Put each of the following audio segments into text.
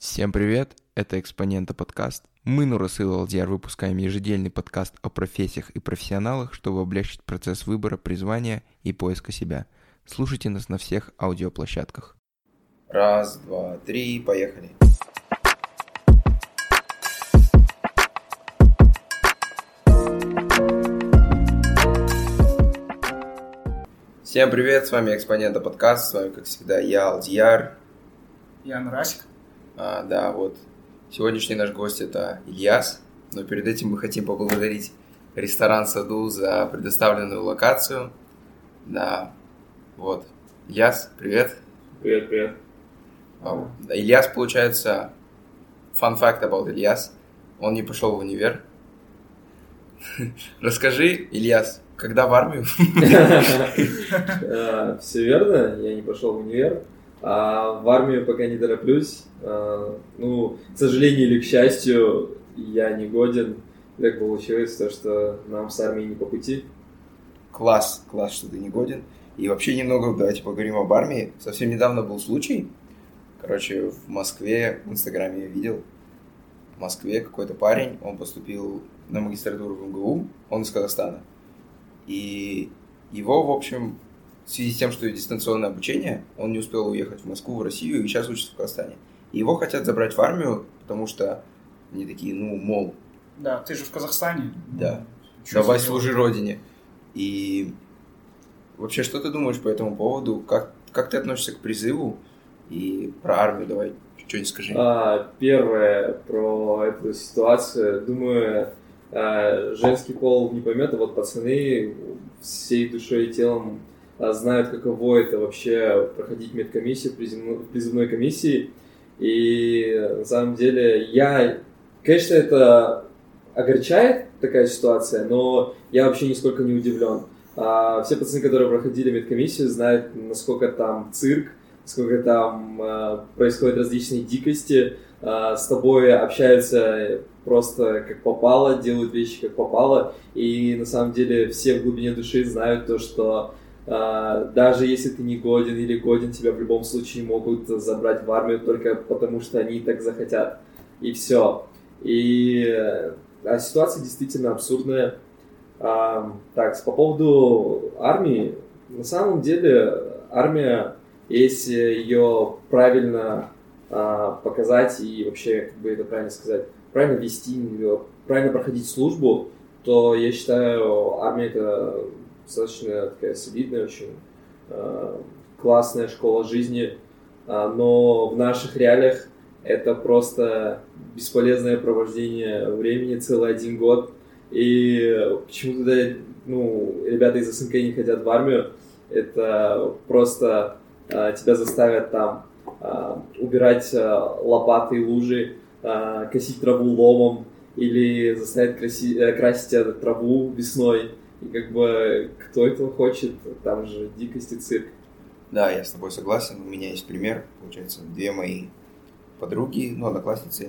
Всем привет, это «Экспонента» подкаст. Мы, Нурасыл и Алдияр, выпускаем ежедельный подкаст о профессиях и профессионалах, чтобы облегчить процесс выбора, призвания и поиска себя. Слушайте нас на всех аудиоплощадках. Раз, два, три, поехали. Всем привет, с вами «Экспонента» подкаст, с вами, как всегда, я, Алдияр. Я Нурасик. Сегодняшний наш гость – это Ильяс, но перед этим мы хотим поблагодарить ресторан «Саду» за предоставленную локацию. Ильяс, привет. Привет. Ильяс, получается, fun fact about Ильяс, он не пошел в универ. Расскажи, Ильяс, когда в армию? Все верно, я не пошел в универ, а в армию пока не тороплюсь. К сожалению или к счастью, я не годен. Так получилось, что нам с армией не по пути. Класс, что ты не годен. И вообще немного давайте поговорим об армии. Совсем недавно был случай. В Москве, в Инстаграме я видел, в Москве какой-то парень, он поступил на магистратуру в МГУ, он из Казахстана. И его, в общем, в связи с тем, что дистанционное обучение, он не успел уехать в Москву, в Россию, и сейчас учится в Казахстане. И его хотят забрать в армию, потому что они такие, мол... Да, ты же в Казахстане. Да, давай служи родине. И вообще, что ты думаешь по этому поводу? Как ты относишься к призыву? И про армию давай что-нибудь скажи. Первое про эту ситуацию. Думаю, женский пол не поймет, а вот пацаны всей душой и телом знают, каково это вообще проходить медкомиссию, призывной комиссии. И на самом деле конечно, это огорчает такая ситуация, но я вообще нисколько не удивлен. Все пацаны, которые проходили медкомиссию, знают, насколько там цирк, сколько там происходят различные дикости, с тобой общаются просто как попало, делают вещи как попало, и на самом деле все в глубине души знают то, что даже если ты не годен или годен, тебя в любом случае могут забрать в армию только потому, что они так захотят, и все. Ситуация действительно абсурдная. По поводу армии, на самом деле армия, если ее правильно показать и вообще, как бы это правильно сказать, правильно вести, правильно проходить службу, то я считаю, армия это достаточно такая солидная, очень классная школа жизни, но в наших реалиях это просто бесполезное провождение времени целый 1 год. И почему-то ребята из СНГ не хотят в армию. Это просто тебя заставят там убирать лопаты и лужи, косить траву ломом или заставят красить эту траву весной. И кто этого хочет, там же дикость и цирк. Да, я с тобой согласен. У меня есть пример. Получается, 2 мои подруги, одноклассницы,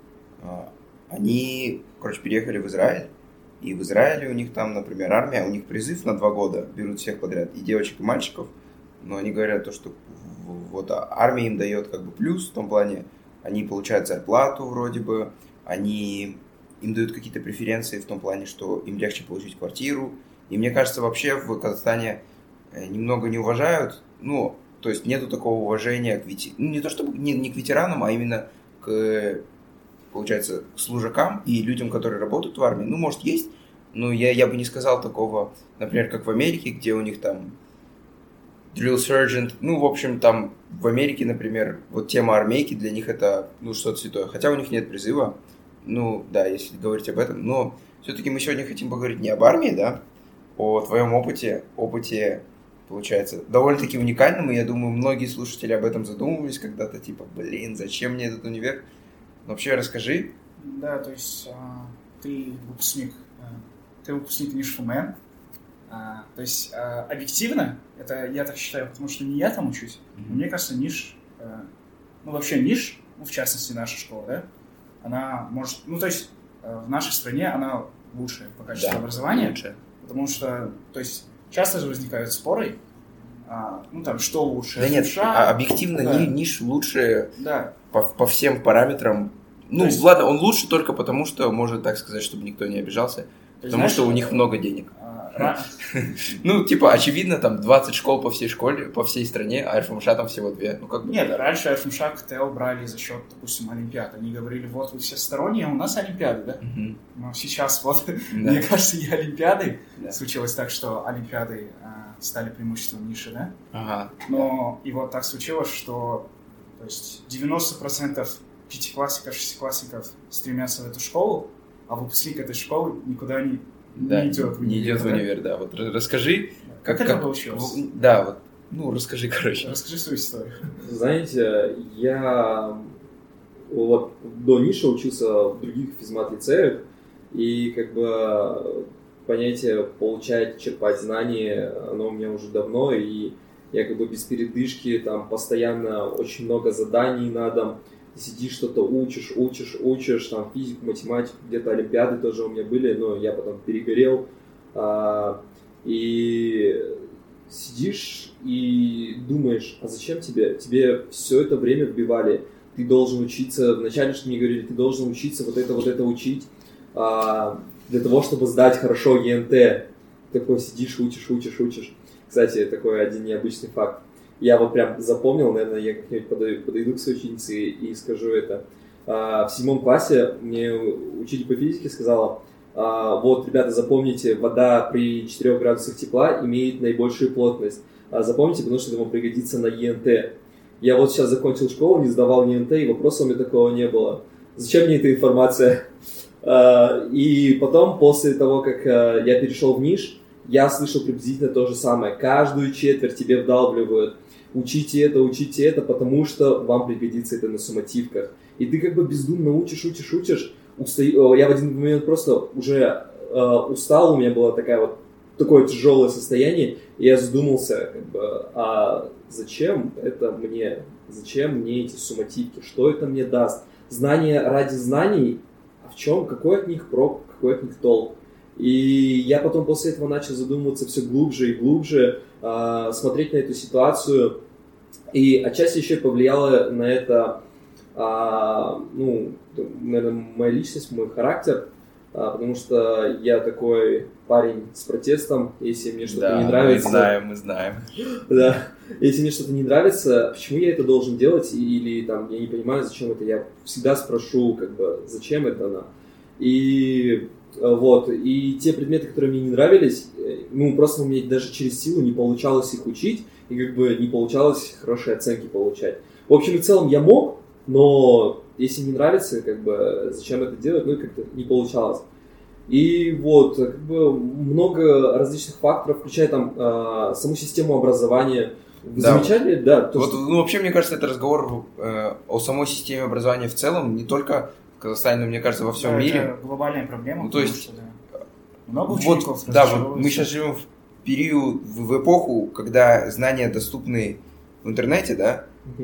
они, переехали в Израиль. И в Израиле у них там, например, армия, у них призыв на 2 года, берут всех подряд, и девочек, и мальчиков. Но они говорят то, что армия им дает плюс в том плане, они получают зарплату вроде бы, им дают какие-то преференции в том плане, что им легче получить квартиру. И мне кажется, вообще в Казахстане немного не уважают, то есть нету такого уважения не то чтобы не к ветеранам, а именно к служакам и людям, которые работают в армии. Может, есть, но я бы не сказал такого, например, как в Америке, где у них там drill sergeant, в общем, там в Америке, например, тема армейки для них это, что-то святое. Хотя у них нет призыва, если говорить об этом. Но все-таки мы сегодня хотим поговорить не об армии, да, о твоем опыте, получается, довольно-таки уникальном, и я думаю, многие слушатели об этом задумывались когда-то, зачем мне этот универ? Вообще расскажи. Да, то есть ты выпускник НИШ-ФМН. То есть объективно, это я так считаю, потому что не я там учусь, но мне кажется, НИШ, вообще НИШ, в частности наша школа, да, она может, в нашей стране она лучшая по качеству образования, лучше. Потому что, то есть часто же возникают споры, что лучше. Да нет, объективно НИШ лучше. Да. по всем параметрам. Ну, есть... ладно, он лучше только потому, что, можно так сказать, чтобы никто не обижался, потому знаешь, что у них много денег. Ну, очевидно, там 20 школ по всей школе, по всей стране, а РФМШ там всего 2. Ну, как бы... Нет, раньше РФМШ КТЛ брали за счет, допустим, Олимпиад. Они говорили, вот вы все сторонние, а у нас Олимпиады, да? Но сейчас вот, мне кажется, и Олимпиады. Случилось так, что Олимпиады стали преимуществом ниши, да? Ага. Но и вот так случилось, что то есть 90% пятиклассников, шестиклассников стремятся в эту школу, а выпускник этой школы никуда не идет в универ. Не идет в универ, да. Вот расскажи, как это получилось? Да, вот, ну, расскажи, короче. Расскажи свою историю. Знаете, я вот до ниши учился в других физмат-лицеях, и как бы понятие получать, черпать знания, оно у меня уже давно, и я как бы без передышки, там постоянно очень много заданий на дом, сидишь, что-то учишь, там физику, математику, где-то олимпиады тоже у меня были, но я потом перегорел. И сидишь и думаешь, а зачем тебе? Тебе все это время вбивали, ты должен учиться, вначале что мне говорили, ты должен учиться вот это учить, для того, чтобы сдать хорошо ЕНТ. Такой сидишь, учишь. Кстати, такой один необычный факт. Я вот прям запомнил, наверное, я как-нибудь подойду к своей ученице и скажу это. В 7 классе мне учитель по физике сказала, вот, ребята, запомните, вода при 4 градусах тепла имеет наибольшую плотность. Запомните, потому что это вам пригодится на ЕНТ. Я вот сейчас закончил школу, не сдавал ЕНТ, и вопроса у меня такого не было. Зачем мне эта информация? И потом, после того, как я перешел в ниш, я слышал приблизительно то же самое. Каждую четверть тебе вдалбливают. Учите это, потому что вам пригодится это на суммативках. И ты как бы бездумно учишь. Я в один момент просто уже устал, у меня было такое тяжелое состояние, и я задумался, как бы, а зачем это мне? Зачем мне эти суммативки? Что это мне даст? Знания ради знаний, а в чем? Какой от них прок, какой от них толк? И я потом после этого начал задумываться все глубже и глубже, смотреть на эту ситуацию. И отчасти еще повлияло на это, наверное, моя личность, мой характер, потому что я такой парень с протестом, если мне что-то не нравится. Мы знаем. Да, если мне что-то не нравится, почему я это должен делать, или там я не понимаю, зачем это, я всегда спрошу, как бы, зачем это. И вот, и те предметы, которые мне не нравились, просто у меня даже через силу не получалось их учить, и как бы не получалось хорошие оценки получать. В общем и целом я мог, но если не нравится, как бы, зачем это делать, как-то не получалось. И вот, как бы, много различных факторов, включая там саму систему образования. Замечали? Да. Вот, вообще, мне кажется, это разговор о самой системе образования в целом, не только в Казахстане, но, мне кажется, во всем мире. Это глобальная проблема. То есть, много учеников мы сейчас живем в период, в эпоху, когда знания доступны в интернете, да?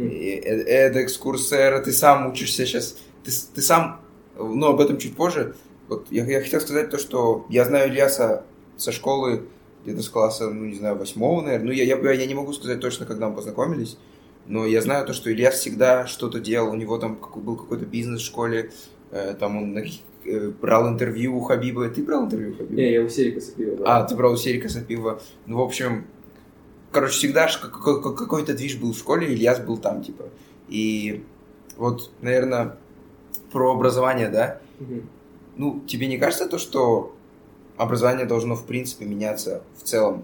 edX, Coursera, ты сам учишься сейчас, ты сам, об этом чуть позже. Вот я хотел сказать то, что я знаю Ильяса со школы, где-то с класса, 8-го, наверное. Я не могу сказать точно, когда мы познакомились, но я знаю то, что Ильяс всегда что-то делал, у него там был какой-то бизнес в школе, там он брал интервью у Хабиба. Ты брал интервью у Хабиба? Не, я у Серика Сапиева. Да. Ты брал у Серика Сапиева. В общем, всегда какой-то движ был в школе, Ильяс был там, типа. И вот, наверное, про образование, да? Тебе не кажется то, что образование должно, в принципе, меняться в целом?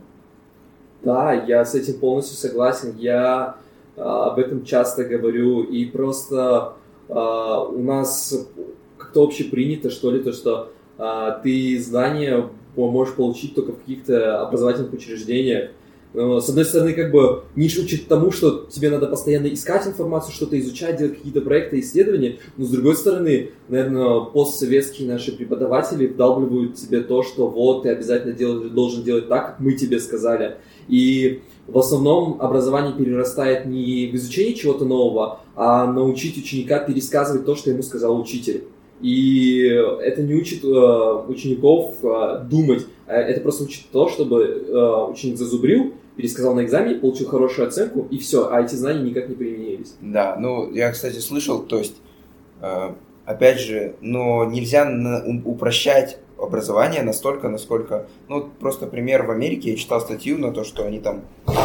Да, я с этим полностью согласен. Я об этом часто говорю. И просто у нас как-то общепринято, что ли, то, что ты знания можешь получить только в каких-то образовательных учреждениях. С одной стороны, как бы ниша учит тому, что тебе надо постоянно искать информацию, что-то изучать, делать какие-то проекты, исследования, но с другой стороны, наверное, постсоветские наши преподаватели вдалбливают тебе то, что вот, ты обязательно должен делать так, как мы тебе сказали. И в основном образование перерастает не в изучение чего-то нового, а научить ученика пересказывать то, что ему сказал учитель. И это не учит учеников думать, это просто учит то, чтобы ученик зазубрил, пересказал на экзамене, получил хорошую оценку, и все, а эти знания никак не применились. Да, ну, я, кстати, слышал, то есть, опять же, но нельзя упрощать образование настолько, насколько... Ну, просто пример, в Америке я читал статью на то, что они там...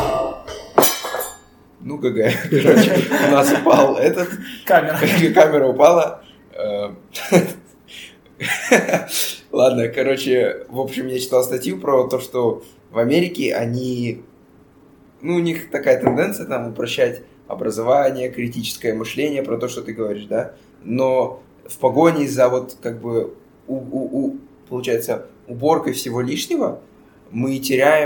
Ну, ГГ, короче, у нас упал этот... Камера упала. Ладно, короче, в общем, я читал статью про то, что в Америке они... Ну, у них такая тенденция там упрощать образование, критическое мышление, про то, что ты говоришь, да? Но в погоне за вот как бы, получается, уборкой всего лишнего мы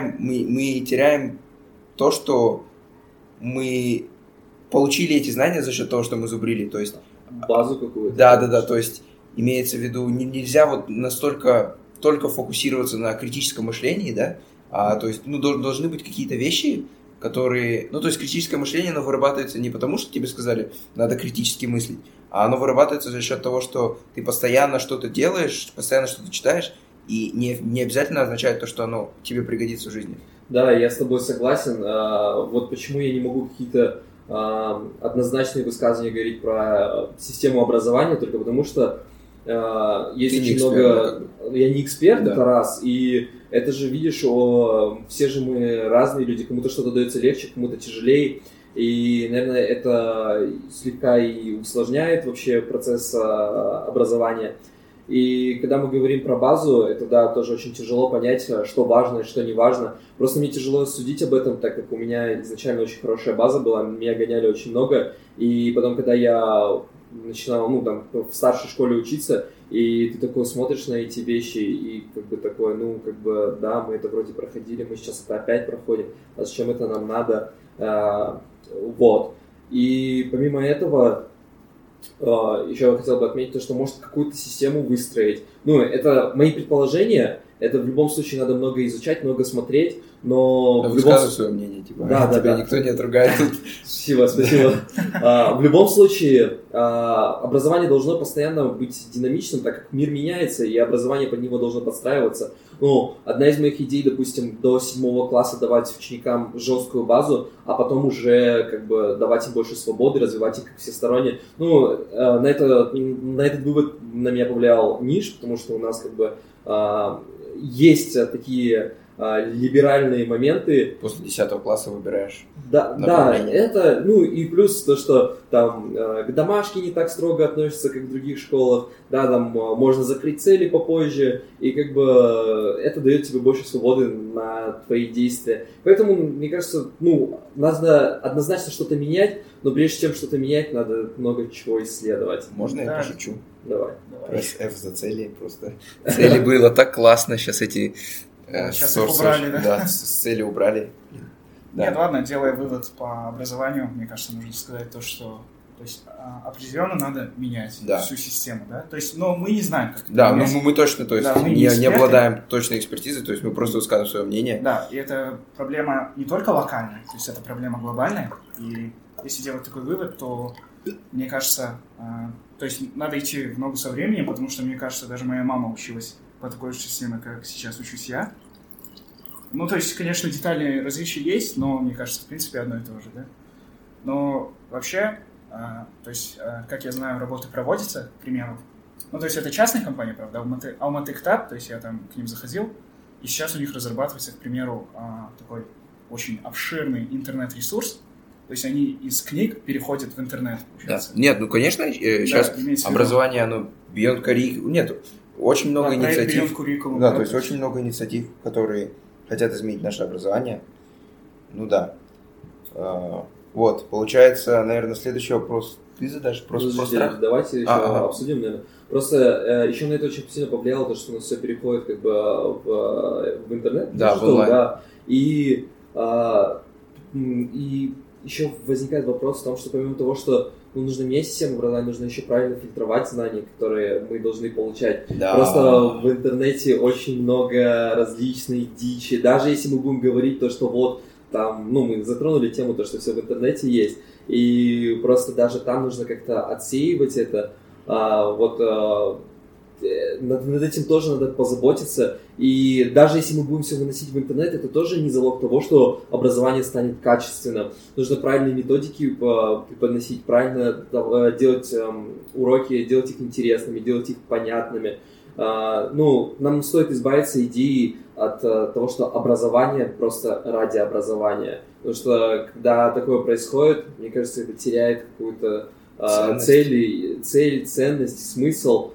теряем то, что мы получили эти знания за счет того, что мы зубрили, то есть... Базу какую-то. Да, то есть имеется в виду, нельзя вот настолько только фокусироваться на критическом мышлении, да, то есть, ну, должны быть какие-то вещи, которые... Ну, то есть критическое мышление, оно вырабатывается не потому, что тебе сказали, надо критически мыслить, а оно вырабатывается за счет того, что ты постоянно что-то делаешь, постоянно что-то читаешь, и не обязательно означает то, что оно тебе пригодится в жизни. Да, я с тобой согласен. Вот почему я не могу какие-то однозначные высказывания говорить про систему образования, только потому что есть очень много... Я не эксперт, да. Это раз, и это же, видишь, все же мы разные люди, кому-то что-то дается легче, кому-то тяжелее, и, наверное, это слегка и усложняет вообще процесс образования. И когда мы говорим про базу, это, да, тоже очень тяжело понять, что важно и что не важно. Просто мне тяжело судить об этом, так как у меня изначально очень хорошая база была, меня гоняли очень много. И потом, когда я начинал, ну, там, в старшей школе учиться, и ты такой смотришь на эти вещи, и как бы такой, ну, как бы, да, мы это вроде проходили, мы сейчас это опять проходим, а зачем это нам надо? Вот. И помимо этого... Еще я хотел бы отметить то, что может какую-то систему выстроить. Ну, это мои предположения, это в любом случае надо много изучать, много смотреть, но... Высказывай свое мнение, типа, тебя никто не отругает тут. Спасибо. В любом случае, образование должно постоянно быть динамичным, так как мир меняется, и образование под него должно подстраиваться. Ну, одна из моих идей, допустим, до 7 класса давать ученикам жесткую базу, а потом уже как бы давать им больше свободы, развивать их как всесторонне. Ну, на этот вывод на меня повлиял НИШ, потому что у нас как бы есть такие либеральные моменты. После 10 класса выбираешь. Да, это, ну и плюс то, что там к домашке не так строго относятся, как в других школах, да, там можно закрыть цели попозже, и как бы это дает тебе больше свободы на твои действия. Поэтому, мне кажется, ну, надо однозначно что-то менять, но прежде чем что-то менять, надо много чего исследовать. Можно я пошучу? Давай. Пресс F за цели просто. Цели было так классно, сейчас эти... Сейчас их убрали, да? Да, с цели убрали. Да. Нет, ладно, делая вывод по образованию, мне кажется, нужно сказать то, что то есть, определенно надо менять всю систему, да? То есть, но мы не знаем, как это менять. Да, мы точно, то есть, да, не обладаем точной экспертизой, то есть, мы просто высказываем свое мнение. Да, и это проблема не только локальная, то есть, это проблема глобальная, и если делать такой вывод, то, мне кажется, то есть, надо идти в ногу со временем, потому что, мне кажется, даже моя мама училась по такой же системе, как сейчас учусь я. Ну, то есть, конечно, детальные различия есть, но, мне кажется, в принципе, одно и то же, да? Но вообще, то есть, как я знаю, работы проводятся, к примеру. Ну, то есть, это частная компания, правда, Алматы Ктаб, то есть, я там к ним заходил, и сейчас у них разрабатывается, к примеру, такой очень обширный интернет-ресурс. То есть, они из книг переходят в интернет, получается. Да. Нет, ну, конечно, сейчас образование, оно beyond curriculum, нету. Очень много инициатив. Да, то есть очень много инициатив, которые хотят изменить наше образование. Ну да. Вот, получается, наверное, следующий вопрос ты задашь? Давайте еще обсудим, наверное. Просто еще на это очень сильно повлияло то, что у нас все переходит как бы в интернет. Да, в онлайн. Да. И еще возникает вопрос в том, что помимо того, что нужно менять систему образования, нужно еще правильно фильтровать знания, которые мы должны получать. Да. Просто в интернете очень много различной дичи. Даже если мы будем говорить то, что вот там, ну, мы затронули тему, то, что все в интернете есть, и просто даже там нужно как-то отсеивать это. над этим тоже надо позаботиться. И даже если мы будем все выносить в интернет, это тоже не залог того, что образование станет качественным. Нужно правильные методики преподносить, правильно делать уроки, делать их интересными, делать их понятными. Нам стоит избавиться идеи от того, что образование просто ради образования. Потому что когда такое происходит, мне кажется, это теряет какую-то цель, ценность, смысл.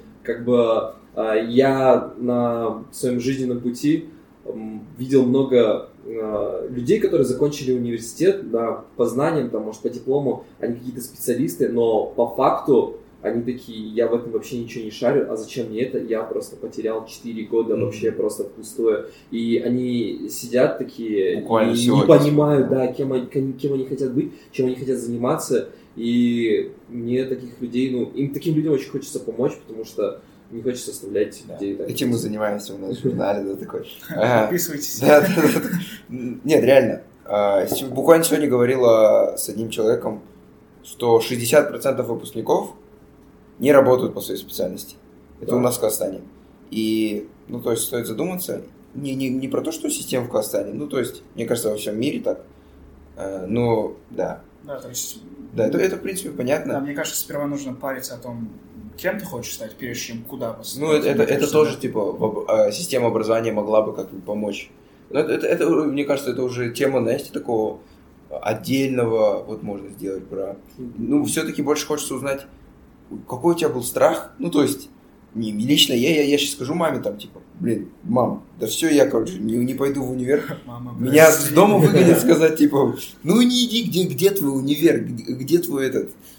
Я на своем жизненном пути видел много людей, которые закончили университет, да, по знаниям, там, может, по диплому, они какие-то специалисты, но по факту они такие, я в этом вообще ничего не шарю, а зачем мне это? Я просто потерял 4 года вообще просто впустую. И они сидят такие, буквально и не понимают, да, кем они хотят быть, чем они хотят заниматься. И мне таких людей, таким людям очень хочется помочь, потому что не хочется оставлять людей. Да. Этим мы занимаемся у нас в журнале, да, такой. Подписывайтесь. Да. Нет, реально. Буквально сегодня говорила с одним человеком, что 60% выпускников не работают по своей специальности. Это у нас в Казахстане. И, то есть, стоит задуматься не про то, что система в Казахстане, мне кажется, во всем мире так. Да, то есть... Да, это в принципе понятно. Да, мне кажется, сперва нужно париться о том, кем ты хочешь стать, прежде чем куда поступить. Это тоже, система образования могла бы как-то помочь. Но это, мне кажется, это уже тема, знаете, такого отдельного, можно сделать про... все-таки больше хочется узнать, какой у тебя был страх. Лично я сейчас скажу маме, мам, да все, я, не пойду в универ. Мама, меня с дома выгонят сказать, не иди, где твой универ, где твой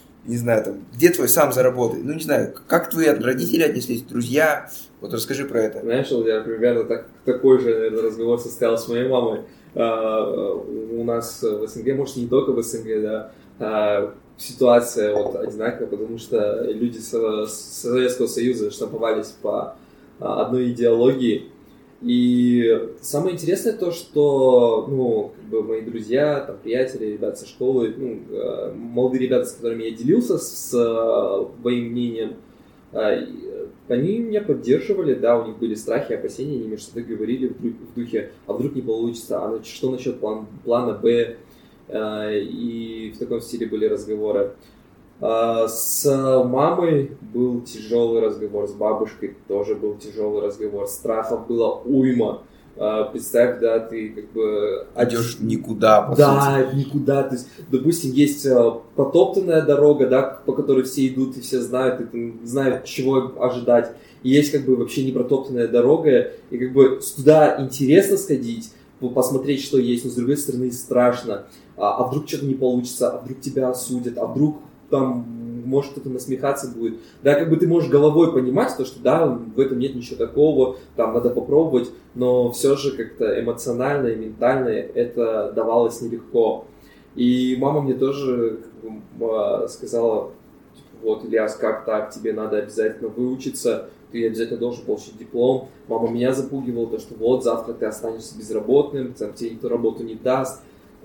где твой сам заработай. Не знаю, как твои родители отнеслись, друзья, расскажи про это. Знаешь, я примерно такой же, наверное, разговор состоял с моей мамой. У нас в СНГ, может, не только в СНГ, да, ситуация одинаковая, потому что люди с Советского Союза штамповались по одной идеологии. И самое интересное то, что мои друзья, приятели, ребята со школы, молодые ребята, с которыми я делился своим мнением, они меня поддерживали, да, у них были страхи, опасения, они между собой говорили в духе, а вдруг не получится, а что насчет плана Б, и в таком стиле были разговоры. С мамой был тяжелый разговор, с бабушкой тоже был тяжелый разговор, страхов было уйма. Представь, да, ты идешь никуда, по сути. Никуда. То есть, допустим, есть протоптанная дорога, да, по которой все идут и все знают, и знают, чего ожидать. И есть вообще не протоптанная дорога, и туда интересно сходить, посмотреть, что есть, но с другой стороны страшно. А вдруг что-то не получится, а вдруг тебя осудят, а вдруг там может кто-то насмехаться будет. Да, ты можешь головой понимать, что да, в этом нет ничего такого, там надо попробовать, но все же как-то эмоционально и ментально это давалось нелегко. И мама мне тоже сказала, Ильяс, как так, тебе надо обязательно выучиться, ты обязательно должен получить диплом. Мама меня запугивала, что завтра ты останешься безработным, тебе никто работу не даст,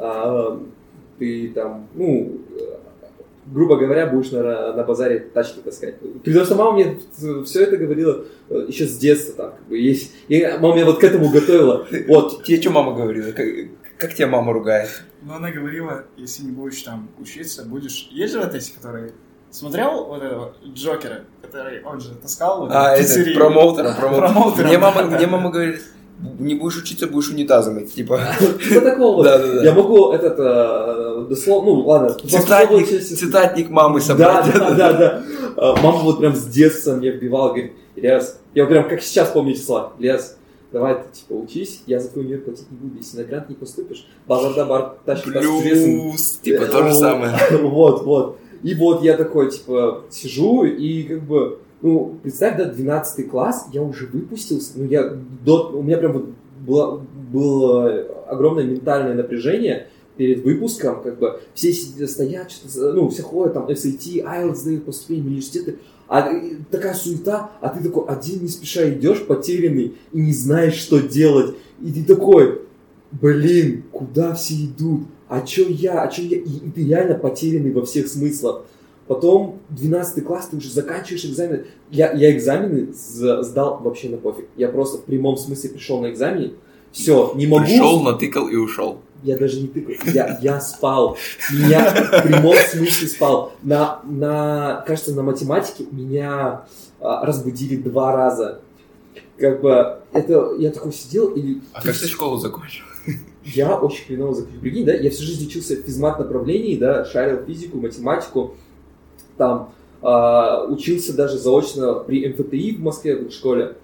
ты там, грубо говоря, будешь на базаре тачки таскать. Потому что мама мне все это говорила еще с детства. И мама меня к этому готовила. Тебе что мама говорила? Как тебя мама ругает? Она говорила, если не будешь там учиться, будешь... Есть же эти, которые... Смотрел этого Джокера, который он же таскал? Это промоутера. Мне мама говорит, не будешь учиться, будешь унитазом мыть, Что такого? Да. Я могу дословно, ладно. Цитатник мамы собрать. Да. Мама прям с детства мне вбивала, говорит, Ильяс, я прям как сейчас помню эти слова, Ильяс, давай ты учись, я за твой мир платить не буду, если на грант не поступишь, базар тащит нас плюс, то же самое. Вот. И я такой, сижу и представь, 12 класс, я уже выпустился, у меня прям было огромное ментальное напряжение перед выпуском, все стоят, все ходят, там, SAT, IELTS сдают, поступление в университеты, такая суета, а ты такой один не спеша идешь, потерянный, и не знаешь, что делать, и ты такой, куда все идут, а чё я, и ты реально потерянный во всех смыслах. Потом 12 класс, ты уже заканчиваешь экзамены. Я экзамены сдал вообще на пофиг. Я просто в прямом смысле пришел на экзамен. Все, не могу. Пришел, натыкал и ушел. Я даже не тыкал. Я спал. Меня в прямом смысле спал. Кажется, на математике меня разбудили 2 раза. Как бы, это я такой сидел и... А как ты школу закончил? Я очень хреново закончил. Прикинь, да? Я всю жизнь учился в физмат направлении, да, шарил физику, математику. Там учился даже заочно при МФТИ в Москве в школе.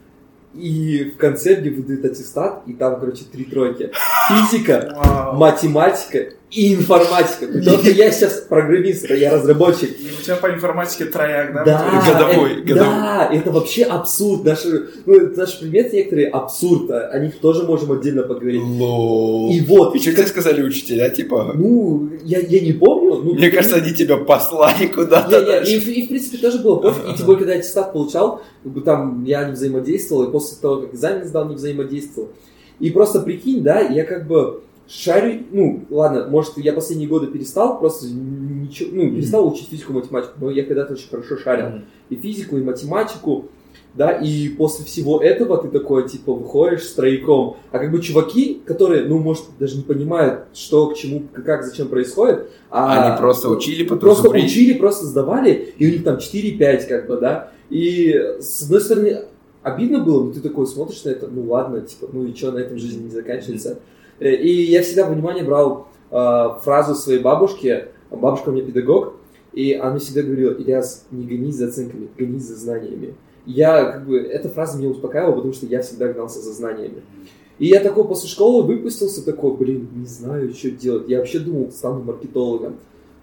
И в конце мне выдают аттестат, и там, короче, 3 тройки. Физика, математика и информатика. Потому что я сейчас программист, я разработчик. И у тебя по информатике трояк, да? Да, годовой. Да, это вообще абсурд. Наши предметы некоторые абсурд. О них тоже можем отдельно поговорить. Лол. И вот. И что тебе сказали учителя, типа? Ну, я не помню. Мне кажется, они тебя послали куда-то. И в принципе тоже было пофиг. И тем более, когда я аттестат получал, там я не взаимодействовал, и после того, как экзамен сдал, не взаимодействовал. И просто прикинь, да, я как бы шарю, ну, ладно, может, я последние годы перестал, просто ничего, перестал учить физику, математику, но я когда-то очень хорошо шарил и физику, и математику, да, и после всего этого ты такой, типа, выходишь стройком, а как бы чуваки, которые, ну, может, даже не понимают, что, к чему, как, зачем происходит, они просто учили, потом просто учили, просто сдавали, и у них там 4-5, как бы, да, и, с одной стороны, обидно было, но ты такой смотришь на это, ну ладно, типа, ну и что, на этом жизнь не заканчивается. И я всегда внимание брал фразу своей бабушки, бабушка у меня педагог, и она мне всегда говорила: Ильяс, не гонись за оценками, гонись за знаниями. Я, как бы, эта фраза меня успокаивала, потому что я всегда гнался за знаниями. И я такой после школы выпустился, такой, блин, не знаю, что делать. Я вообще думал, стану маркетологом.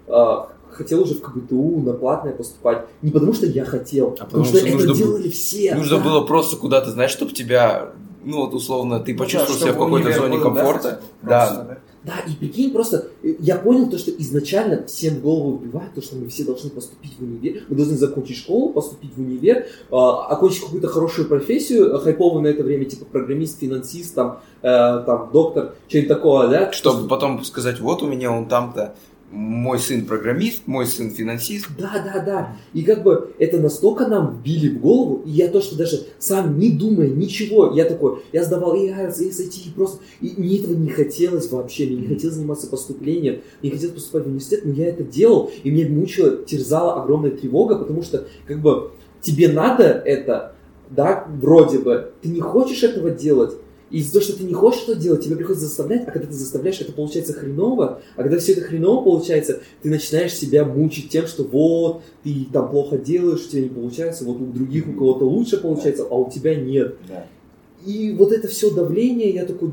Хотел уже в КГТУ на платное поступать. Не потому что я хотел, а потому что это делали все. Нужно было просто куда-то, знаешь, чтобы тебя, ну вот условно, ты почувствовал себя в какой-то зоне комфорта. Да. Да, и прикинь, просто я понял то, что изначально всем в голову вбивают то, что мы все должны поступить в универ, мы должны закончить школу, поступить в универ, окончить какую-то хорошую профессию, хайповую на это время, типа программист, финансист, там доктор, что-нибудь такое, да? Чтобы потом сказать: вот у меня он там-то, мой сын программист, мой сын финансист. Да. И как бы это настолько нам вбили в голову, и я то, что даже сам не думая ничего, я такой, я сдавал и IELTS, и SAT, и просто, и мне этого не хотелось вообще, мне не хотелось заниматься поступлением, не хотелось поступать в университет, но я это делал, и меня мучила, терзала огромная тревога, потому что как бы тебе надо это, да, вроде бы, ты не хочешь этого делать. И из-за того, что ты не хочешь это делать, тебе приходится заставлять, а когда ты заставляешь, это получается хреново, а когда все это хреново получается, ты начинаешь себя мучить тем, что вот, ты там плохо делаешь, у тебя не получается, вот у других, у кого-то лучше получается, а у тебя нет. Да. И вот это все давление, я такой,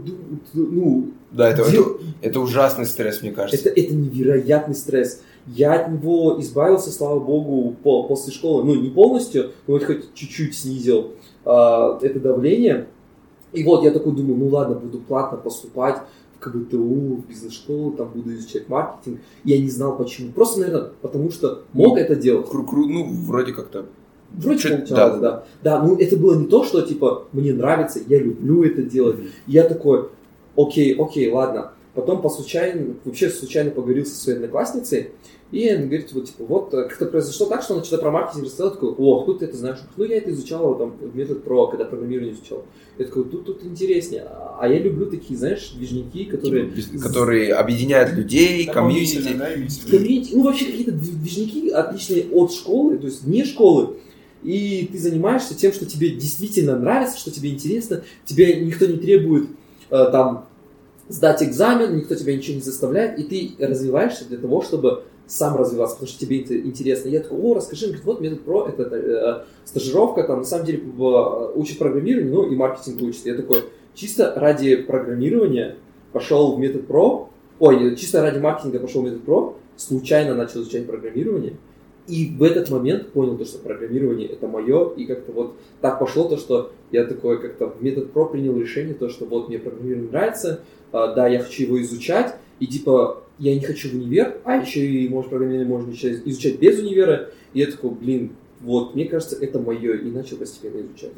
Да, это ужасный стресс, мне кажется. Это невероятный стресс. Я от него избавился, слава богу, после школы, ну не полностью, но хоть чуть-чуть снизил это давление. И вот я такой думаю, ну ладно, буду платно поступать в КГТУ, в бизнес-школу, там буду изучать маркетинг. Я не знал почему. Просто, наверное, потому что мог это делать. Ну, вроде как-то. Вроде получалось, да. Да, ну это было не то, что типа мне нравится, я люблю это делать. Я такой, окей, ладно. Потом случайно поговорил со своей одноклассницей, и она говорит, вот как-то произошло так, что она что-то про маркетинг рассказала, такой: о, тут ты это знаешь? Ну, я это изучала там в метод про, когда программирование изучал. Я такой, тут интереснее. А я люблю такие, знаешь, движники, которые объединяют людей, комьюнити. Ну, вообще какие-то движники отличные от школы, то есть вне школы. И ты занимаешься тем, что тебе действительно нравится, что тебе интересно. Тебе никто не требует там сдать экзамен, никто тебя ничего не заставляет, и ты развиваешься для того, чтобы сам развиваться, потому что тебе это интересно. Я такой: расскажи, говорит, вот метод про, это стажировка, там на самом деле учат программированию, ну и маркетинг учат. Я такой, чисто ради программирования пошел в метод про, чисто ради маркетинга пошел в метод про, случайно начал изучать программирование, и в этот момент понял то, что программирование это мое, и как-то вот так пошло то, что я такой как-то в метод про принял решение, то, что вот мне программирование нравится, да, я хочу его изучать, и типа я не хочу в универ, а еще и, может, программирование можно изучать без универа. И я такой, вот, мне кажется, это мое, и начал постепенно изучать.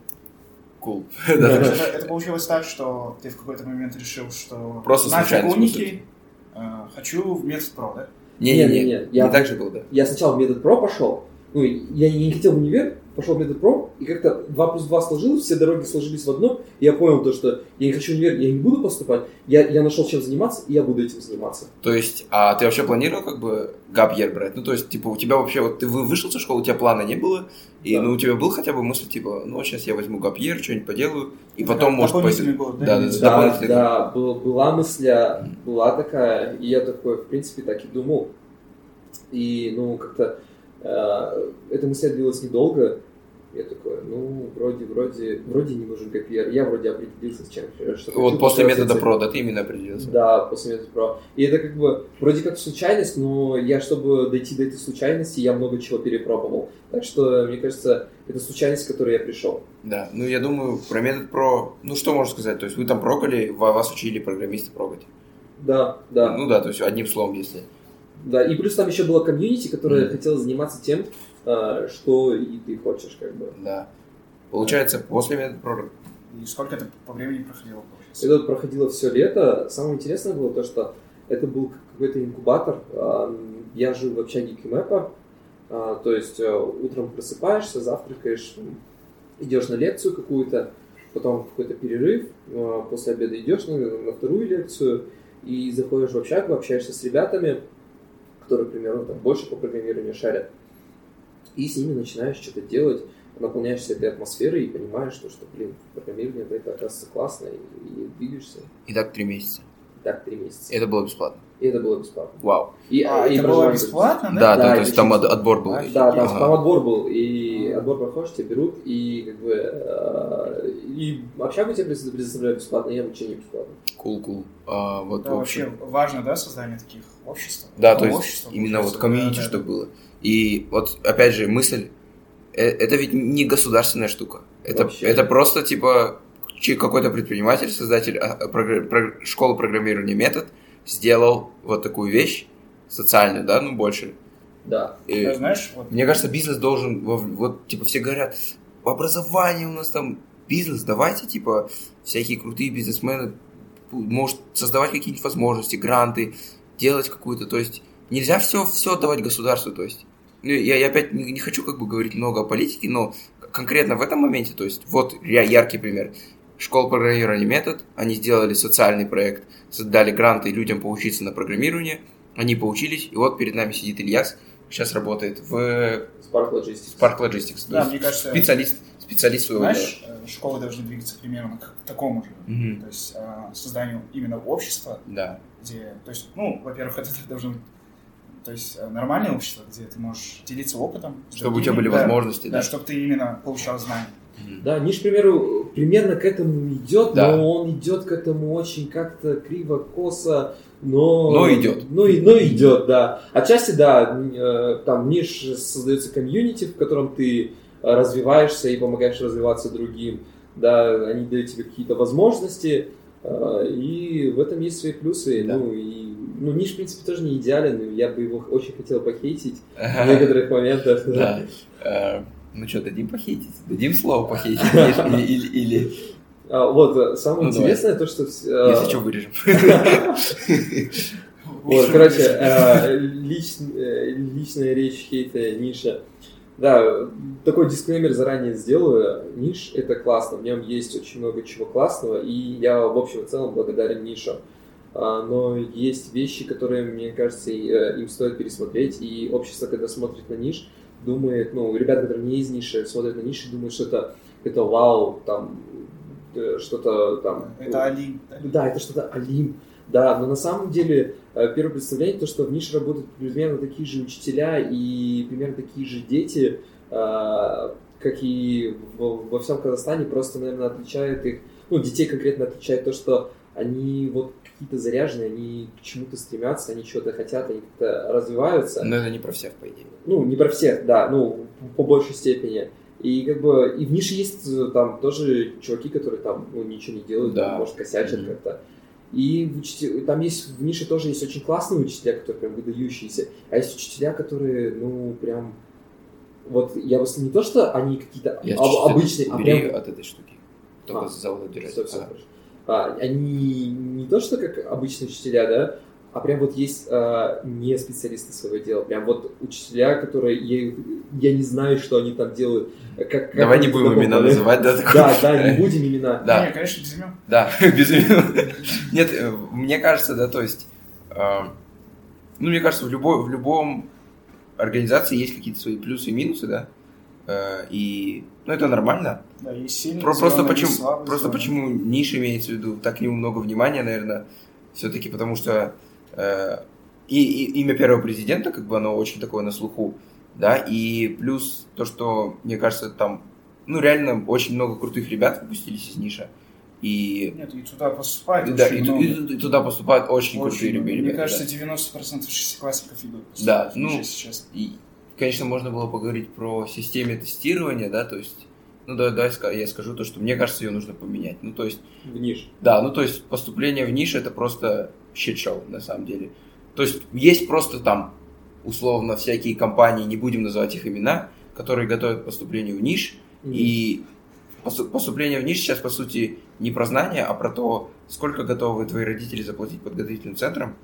Cool. Это получилось так, что ты в какой-то момент решил, что просто нафиг уники, хочу в метод про, да? Не, так же было, да? Я сначала в Медэд-Про пошел, ну, я не хотел в универ, пошел в Медэд-Про, и как-то 2 + 2 сложилось, все дороги сложились в одно, и я понял то, что я не хочу в универ, я не буду поступать, я нашел чем заниматься, и я буду этим заниматься. То есть, а ты вообще планировал как бы gap-year брать? Ну, то есть, типа, у тебя вообще, вот ты вышел со школы, у тебя плана не было, и, ну, у тебя был хотя бы мысль, типа, ну, сейчас я возьму gap-year, что-нибудь поделаю, и потом, может, дополнительный пойду. год, Да, была мысль, была такая, и я такой, в принципе, так и думал. И, ну, как-то эта мысль длилась недолго. Я такой, ну, вроде не нужен gap-year. Я вроде определился с чем. Вот после метода про, да, ты именно определился? Да, после метода про. И это как бы вроде как случайность, но я, чтобы дойти до этой случайности, я много чего перепробовал. Так что, мне кажется, это случайность, к которой я пришел. Да, ну, я думаю, про метод про, ну, что можно сказать? То есть, вы там прогали, вас учили программисты прогать? Да. Ну, да, то есть, одним словом, если... Да, и плюс там еще была комьюнити, которая хотела заниматься тем, что и ты хочешь, как бы. Да. Получается, после метода про... И сколько это по времени проходило? Это вот проходило все лето. Самое интересное было то, что это был какой-то инкубатор. Я жил в общаге Кимэпа, то есть утром просыпаешься, завтракаешь, идешь на лекцию какую-то, потом какой-то перерыв, после обеда идешь на вторую лекцию и заходишь в общагу, общаешься с ребятами, которые, примерно, там, больше по программированию шарят. И с ними начинаешь что-то делать, наполняешься этой атмосферой и понимаешь, что блин, программирование это оказывается классно, и двигаешься. И так 3 месяца. Так, 3 месяца. Это было бесплатно? И это было бесплатно. Вау. Это было бесплатно, да? Да, то есть там отбор был. Да, там отбор был, и отбор проходишь, тебя берут, и как бы и общагу тебе предоставляют бесплатно, и обучение бесплатно. Cool. Вот да, вообще важно, да, создание таких обществ? Да, то есть именно вот комьюнити, чтобы было. И вот, опять же, мысль, это ведь не государственная штука. Это просто, типа, какой-то предприниматель, создатель школы программирования метод, сделал вот такую вещь социальную, да, ну, больше. Да. И, знаешь, вот... Мне кажется, бизнес должен, вот, типа, все говорят, в образовании у нас там бизнес, давайте, типа, всякие крутые бизнесмены, может, создавать какие-нибудь возможности, гранты, делать какую-то, то есть, нельзя все отдавать государству, то есть. Я опять не хочу как бы говорить много о политике, но конкретно в этом моменте, то есть, вот яркий пример. Школа программирования метод, они сделали социальный проект, дали гранты людям поучиться на программирование, они поучились, и вот перед нами сидит Ильяс, сейчас работает в Spark Logistics. Spark Logistics. Да, мне кажется, специалист своего дела. Знаешь, школы должны двигаться примерно к такому же, то есть созданию именно общества, да. Где, то есть, ну, во-первых, это должно быть, то есть нормальное общество, где ты можешь делиться опытом. Чтобы у тебя были возможности, да. Чтобы ты именно получал знания. Да, Ниш, к примеру, примерно к этому идет, да. Но он идет к этому очень как-то криво, косо, но идет. Но идет, да. Отчасти, да, там Ниш создается комьюнити, в котором ты развиваешься и помогаешь развиваться другим, да, они дают тебе какие-то возможности, и в этом есть свои плюсы, да. Ниш, в принципе, тоже не идеален, я бы его очень хотел похейтить в некоторых моментах. Да. Ну что, дадим похейтить? Дадим слово похейтить? Или... Вот, самое интересное то, что... Если что, вырежем. Вот, короче, личная речь хейта Ниша. Да, такой дисклеймер заранее сделаю. Ниш — это классно, в нем есть очень много чего классного, и я в общем и целом благодарен Нишу. Но есть вещи, которые, мне кажется, им стоит пересмотреть, и общество, когда смотрит на Ниш, думает, ребята, которые не из ниши, смотрят на ниши, думают, что это вау, там, что-то там... Это Алим. Да, это что-то Алим. Да, но на самом деле первое представление, то, что в нише работают примерно такие же учителя и примерно такие же дети, как и во всем Казахстане, просто, наверное, отличает их, детей конкретно отличает то, что они вот какие-то заряженные, они к чему-то стремятся, они чего-то хотят, они как-то развиваются. Но это не про всех, по идее. Не про всех, да, по большей степени. И как бы и в нише есть там тоже чуваки, которые там ничего не делают, да. Может, косячат как-то. И там есть в нише тоже есть очень классные учителя, которые прям выдающиеся, а есть учителя, которые, прям, вот я бы не то, что они какие-то обычные, а прям... от этой штуки. Только за завод держать. Они не то, что как обычные учителя, да, А прям вот есть не специалисты своего дела, прям вот учителя, которые, я не знаю, что они там делают. Давай не будем имена называть, да? Да, не будем имена. Да. Не, конечно, без имен. Да, без имен. Нет, мне кажется, да, то есть, мне кажется, в любом организации есть какие-то свои плюсы и минусы, да, и, это нормально. Да, есть сильные Просто слабые почему ниша имеется в виду, так к нему много внимания, наверное, все-таки потому что и имя первого президента, как бы оно очень такое на слуху, да, и плюс то, что, мне кажется, там, реально очень много крутых ребят выпустились из ниша. Нет, и туда поступают да, очень много. И туда поступают очень крутые ребята. Мне кажется, 90% шестиклассников идут. Да, сейчас. И, конечно, можно было поговорить про систему тестирования, да, то есть, давай я скажу то, что мне кажется, ее нужно поменять. То есть... В ниш. Да, то есть поступление в ниш это просто щит-шоу, на самом деле. То есть просто там, условно, всякие компании, не будем называть их имена, которые готовят к поступлению в ниш, и поступление в ниш сейчас, по сути, не про знания, а про то, сколько готовы твои родители заплатить подготовительным центрам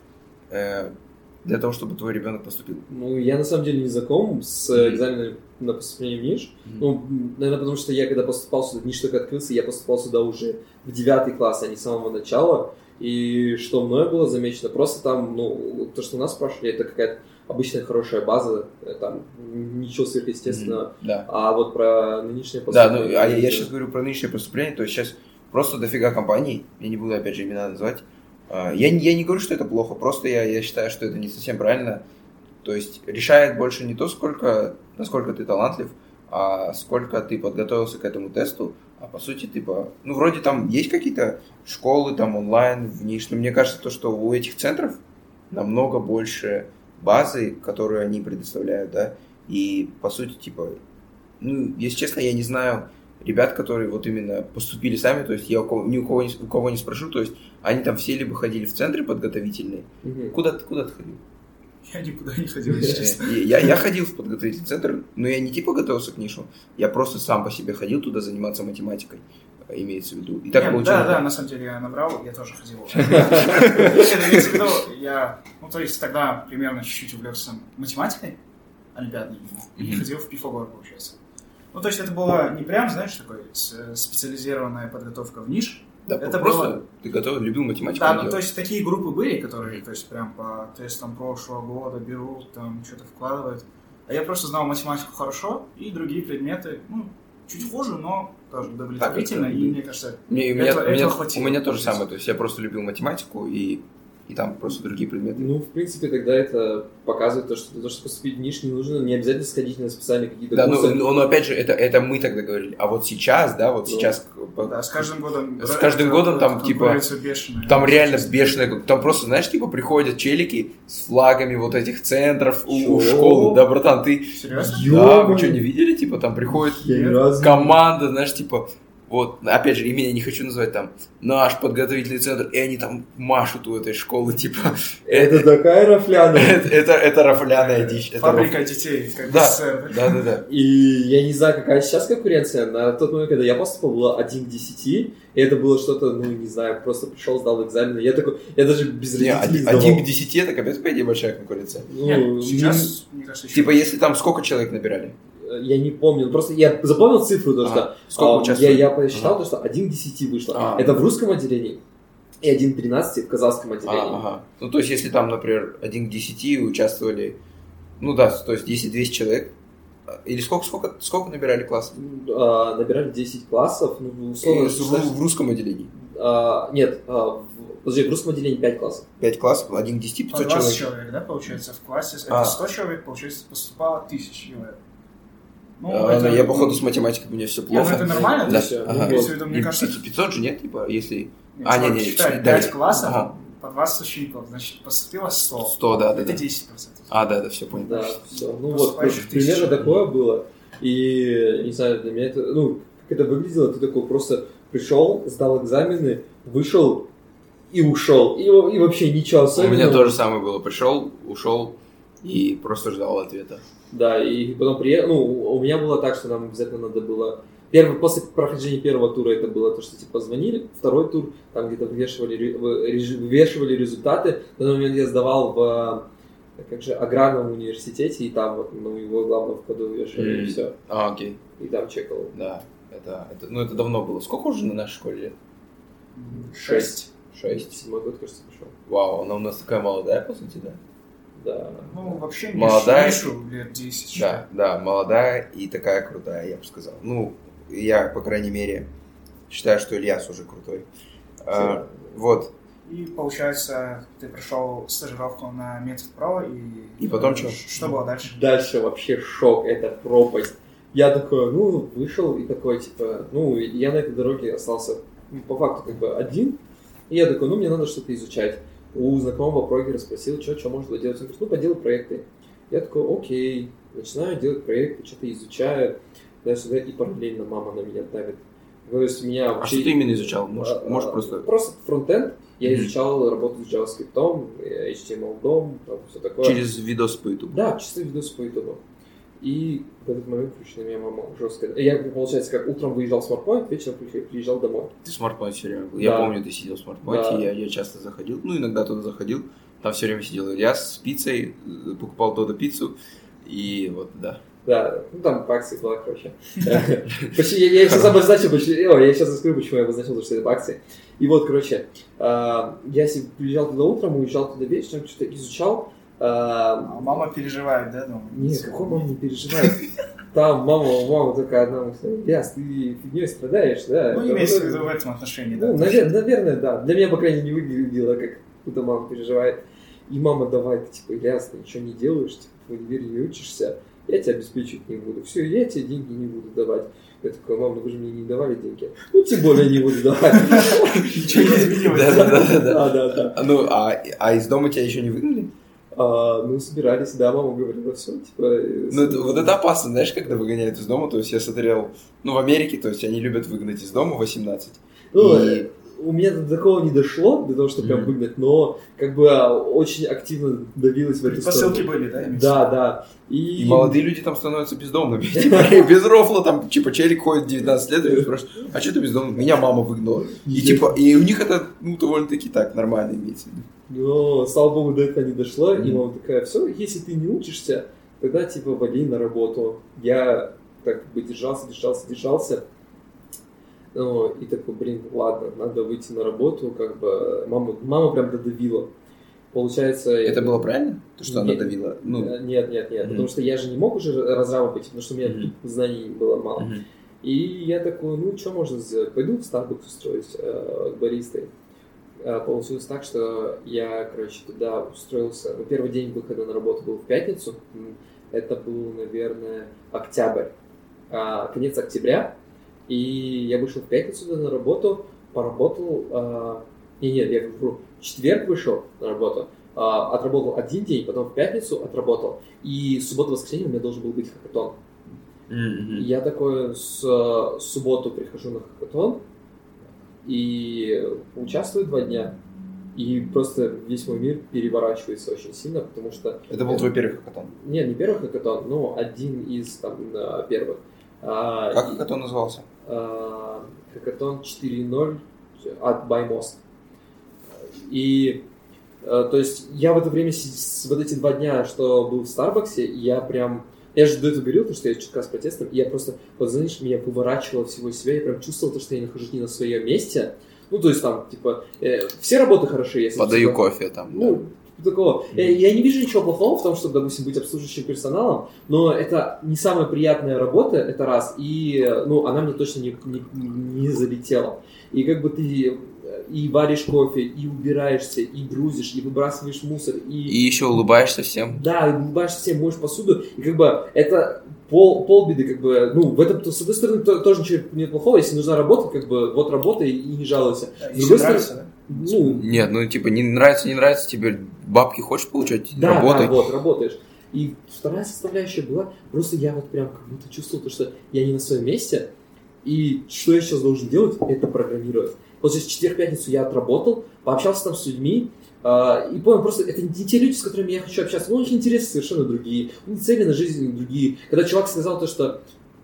для того, чтобы твой ребенок поступил. Я на самом деле не знаком с экзаменами на поступление в НИШ. Наверное, потому что я, когда поступал сюда, НИШ только открылся, я поступал сюда уже в 9 класс, а не с самого начала. И что мною было замечено, просто там, то, что нас спрашивали, это какая-то обычная хорошая база, там ничего сверхъестественного. Да. А вот про нынешнее поступление... Да, я сейчас говорю про нынешнее поступление, то есть сейчас просто дофига компаний, я не буду опять же имена называть. Я не говорю, что это плохо, просто я считаю, что это не совсем правильно. То есть решает больше не то, насколько ты талантлив, а сколько ты подготовился к этому тесту. А по сути, вроде там есть какие-то школы, там онлайн, в ниш, но мне кажется, то, что у этих центров намного больше базы, которую они предоставляют, да, и по сути, если честно, я не знаю ребят, которые вот именно поступили сами, то есть я ни у кого не спрошу, то есть они там все либо ходили в центры подготовительные. Куда ты ходил? Я никуда не ходил, если честно. Я ходил в подготовительный центр, но я не готовился к нишу, я просто сам по себе ходил туда заниматься математикой, имеется в виду. И так получилось. Да, на самом деле я набрал, я тоже ходил. Имеется в виду, то есть тогда примерно чуть-чуть увлекся математикой олимпиадной и ходил в Пифагор, получается. То есть это была не прям, знаешь, такой специализированная подготовка в ниш. Да, это просто ты любил математику. Да, то есть такие группы были, которые, то есть прям по тестам прошлого года берут, там что-то вкладывают. А я просто знал математику хорошо, и другие предметы, чуть хуже, но тоже удовлетворительно, и мне кажется, этого хватило. У меня то же самое, то есть я просто любил математику, и там просто другие предметы. В принципе, тогда это показывает то, что для того, чтобы поступить в ниш, не обязательно сходить на специальные какие-то курсы. Да, но опять же, это мы тогда говорили. А вот сейчас, сейчас... Да, с каждым годом... С каждым годом там, бешеная, там реально бешеная... Там просто, знаешь, приходят челики с флагами вот этих центров у школы. Да, братан, ты... Серьезно? Да, вы что, не видели? Там приходит команда, знаешь, вот, опять же, имя я не хочу называть, там, наш подготовительный центр, и они там машут у этой школы, Это такая рафляная. Это рафляная дичь. Фабрика детей, как СССР. Да. И я не знаю, какая сейчас конкуренция. На тот момент, когда я поступил, было 1 к 10, и это было что-то, не знаю, просто пришел, сдал экзамен. Я даже без родителей сдавал. 1 к 10, это капец, по идее, большая конкуренция. Сейчас, мне кажется, если там сколько человек набирали? Я не помню, просто я запомнил цифру, сколько участвовали? Я посчитал, что 1 к 10 вышло. Это в русском отделении и 1 к 13 в казахском отделении. То есть, если там, например, 1 к 10 участвовали, то есть 10-200 человек, или сколько набирали классов? Набирали 10 классов, условно... В русском отделении? Нет, подожди, в русском отделении 5 классов. 5 классов, 1 к 10, 500 человек. 20 человек, да, получается, в классе. Это 100 человек, получается, поступало 1000 человек. Я, походу, с математикой у меня все плохо. Это нормально? Да. Мне кажется... 500 же нет, если... Нет, считай, 5 классов, по 20 учеников, значит, поступило 100. 100, да. Это 10%. Да, все понял. Да, все. Примерно такое было. И, не знаю, для меня это... как это выглядело, ты такой просто пришел, сдал экзамены, вышел и ушел. И вообще ничего особенного. У меня то же самое было. Пришел, ушел и просто ждал ответа. Да, и потом приехал, у меня было так, что нам обязательно надо было После прохождения первого тура это было то, что типа звонили, второй тур, там где-то вывешивали результаты. На тот момент я сдавал в аграрном университете, и там вот его главного входа вывешивали, и все. Окей. И там чекал. Да, это давно было. Сколько уже на нашей школе лет? 6. 7-й год, кажется, пошел. Вау, она у нас такая молодая, по сути, да? Да. Ну, вообще Молодая. Мишу лет 10. Да, молодая и такая крутая, я бы сказал. Ну, я, по крайней мере, считаю, что Ильяс уже крутой. Вот. И, получается, ты прошел стажировку на Медпро, и потом что? Что было дальше? Дальше вообще шок, это пропасть. Я такой, вышел и такой, типа, я на этой дороге остался, по факту, как бы один. И я такой, мне надо что-то изучать. У знакомого прогера спросил, что можно делать. Он говорит, поделай проекты. Я такой, окей, начинаю делать проекты, что-то изучаю. Туда-сюда, и параллельно мама на меня давит. То есть меня вообще... А что ты именно изучал? Может просто... Просто фронтенд. Я изучал работу с JavaScript, HTML, там все такое. Через видос по YouTube? Да, чисто видос по YouTube. И в этот момент включила меня мама жестко. Я, получается, как утром выезжал в SmartPoint, вечером приезжал домой. Ты в SmartPoint все время был. Да. Я помню, ты сидел в SmartPoint, Да. я часто заходил. Иногда туда заходил. Там все время сидел Ильяс с пиццей, покупал Додо пиццу. И вот, да. Да, там по акции была, короче. Я сейчас обозначил, я сейчас расскажу, почему я обозначил, что это по акции. И вот, короче, я приезжал туда утром, уезжал туда вечером, что-то изучал. А мама переживает, да? Нет, какой мама не переживает? Там мама такая одна, Ильяс, ты фигней страдаешь, да? Имеется в виду в этом отношении, да? Наверное, да. Для меня, по крайней мере, не выглядело, как будто мама переживает. И мама, давай, ты, типа, Ильяс, ты ничего не делаешь, типа, в универе не учишься, я тебя обеспечивать не буду. Все, я тебе деньги не буду давать. Я такой, мам, вы же мне не давали деньги. Тем более не буду давать. Ничего не изменилось. Да. А из дома тебя еще не выгнали? Собирались, да, мама говорила, все, типа... Вот это опасно, знаешь, когда выгоняют из дома, то есть я смотрел, в Америке, то есть они любят выгнать из дома 18. У меня до такого не дошло, до того, чтобы прям выгнать, но как бы очень активно давилось в эту сторону. Посылки были, да? Да. И молодые люди там становятся бездомными. Без рофла, там, типа, челик ходит 19 лет, и спрашивает, а что ты бездомный? Меня мама выгнала. И у них это, довольно-таки так, нормально имеется в виду. Но, слава богу, до этого не дошло, и мама такая, все, если ты не учишься, тогда, типа, вали на работу. Я так бы держался. И такой, ладно, надо выйти на работу, как бы, мама прям додавила. Получается... Это было правильно? То, что она давила? Нет, потому что я же не мог уже разраба пойти, потому что у меня знаний было мало. И я такой, что можно сделать? Пойду в Starbucks устроюсь баристой. Получилось так, что я, туда устроился. Первый день выхода на работу был в пятницу. Это был, наверное, октябрь. Конец октября. И я вышел в пятницу туда на работу, поработал... я говорю, в четверг вышел на работу, отработал один день, потом в пятницу отработал. И субботу-воскресенье у меня должен был быть хакатон. Я такой с субботу прихожу на хакатон и участвую 2 дня. И просто весь мой мир переворачивается очень сильно, потому что... Это был твой первый хакатон? Нет, не первый хакатон, но один из первых. Как хакатон назывался? Хакатон 4.0 от BuyMost. И, то есть, я в это время, вот эти 2 дня, что был в Старбаксе, я же до этого говорил, что я чутка с протестом, и я просто, знаешь, меня выворачивало всего себя, я прям чувствовал, что я нахожусь не на своем месте. То есть, там, типа, все работы хороши. Если подаю кофе там, такого. Я не вижу ничего плохого в том, чтобы, допустим, быть обслуживающим персоналом, но это не самая приятная работа, это раз, и, она мне точно не залетела. И как бы ты и варишь кофе, и убираешься, и грузишь, и выбрасываешь мусор, и еще улыбаешься всем. Да, и улыбаешься всем, моешь посуду, и как бы это полбеды, как бы, в этом, с одной стороны, тоже ничего нет плохого, если нужна работа, как бы, вот работай и не жалуйся. С другой стороны, да? Нет, не нравится тебе, бабки хочешь получать, работай. Да, вот, работаешь. И вторая составляющая была, просто я вот прям как будто чувствовал то, что я не на своем месте, и что я сейчас должен делать, это программировать. Вот здесь в четверг-пятницу я отработал, пообщался там с людьми, и понял, просто это не те люди, с которыми я хочу общаться, очень интересны совершенно другие, у них цели на жизнь другие. Когда чувак сказал то, что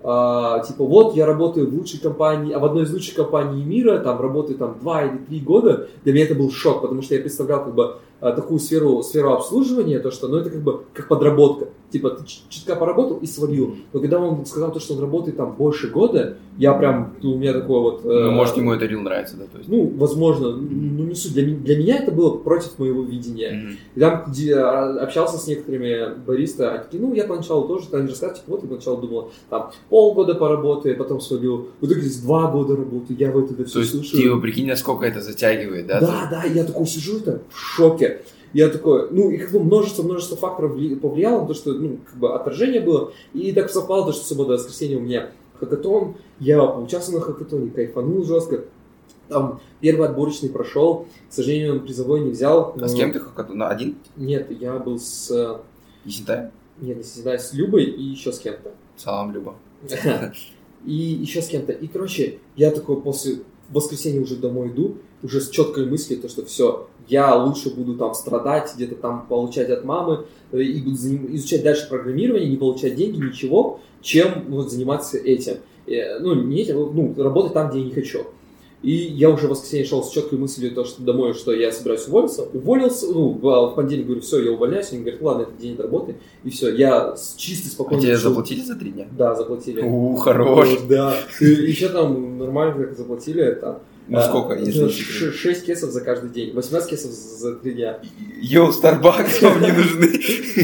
типа, вот я работаю в лучшей компании, в одной из лучших компаний мира, там работаю там 2 или 3 года. Для меня это был шок, потому что я представлял как бы такую сферу обслуживания, то что, ну, это как бы как подработка. Типа, ты чутка поработал и свалил. Но когда он сказал то, что он работает там больше года, я прям, у меня такое вот... Ну, может, ему это real нравится, да? То есть... Ну, возможно, ну, не суть. Для меня это было против моего видения. И там общался с некоторыми бариста, они такие, ну, я поначалу тоже, они рассказывают, типа, вот, я поначалу думал, там, полгода поработаю, потом свалил. В итоге здесь 2 года работаю, я в это все слушаю. То есть, типа, прикинь, насколько это затягивает, да? Да, я такой сижу, это в шоке. Я такой, ну, и как бы множество факторов повлияло на то, что, ну, как бы отражение было. И так совпало, что суббота, воскресенье у меня хакатон. Я поучаствовал на хакатоне, кайфанул жестко. Там первый отборочный прошел. К сожалению, он призовой не взял. А с кем ты хакатон? Один? Нет, я был с... Есентай? Нет, не Есентай, с Любой и еще с кем-то. Салам, Люба. И еще с кем-то. И, короче, я такой после воскресенья уже домой иду, уже с четкой мыслью, то, что все, я лучше буду там страдать, где-то там получать от мамы, и буду изучать дальше программирование, не получать деньги, ничего, чем вот заниматься этим. Ну, не этим, ну, работать там, где я не хочу. И я уже в воскресенье шел с четкой мыслью то, что домой, что я собираюсь уволился, ну, в понедельник говорю, все, я увольняюсь, они говорят, ладно, этот день от работы, и все, я чисто спокойно... А тебе заплатили за 3 дня? Да, заплатили. Хорош. Да, и еще там нормально как заплатили, это... Ну, сколько, если... 6 кесов за каждый день, 18 кесов за 3 дня. Йоу, Starbucks вам не нужны.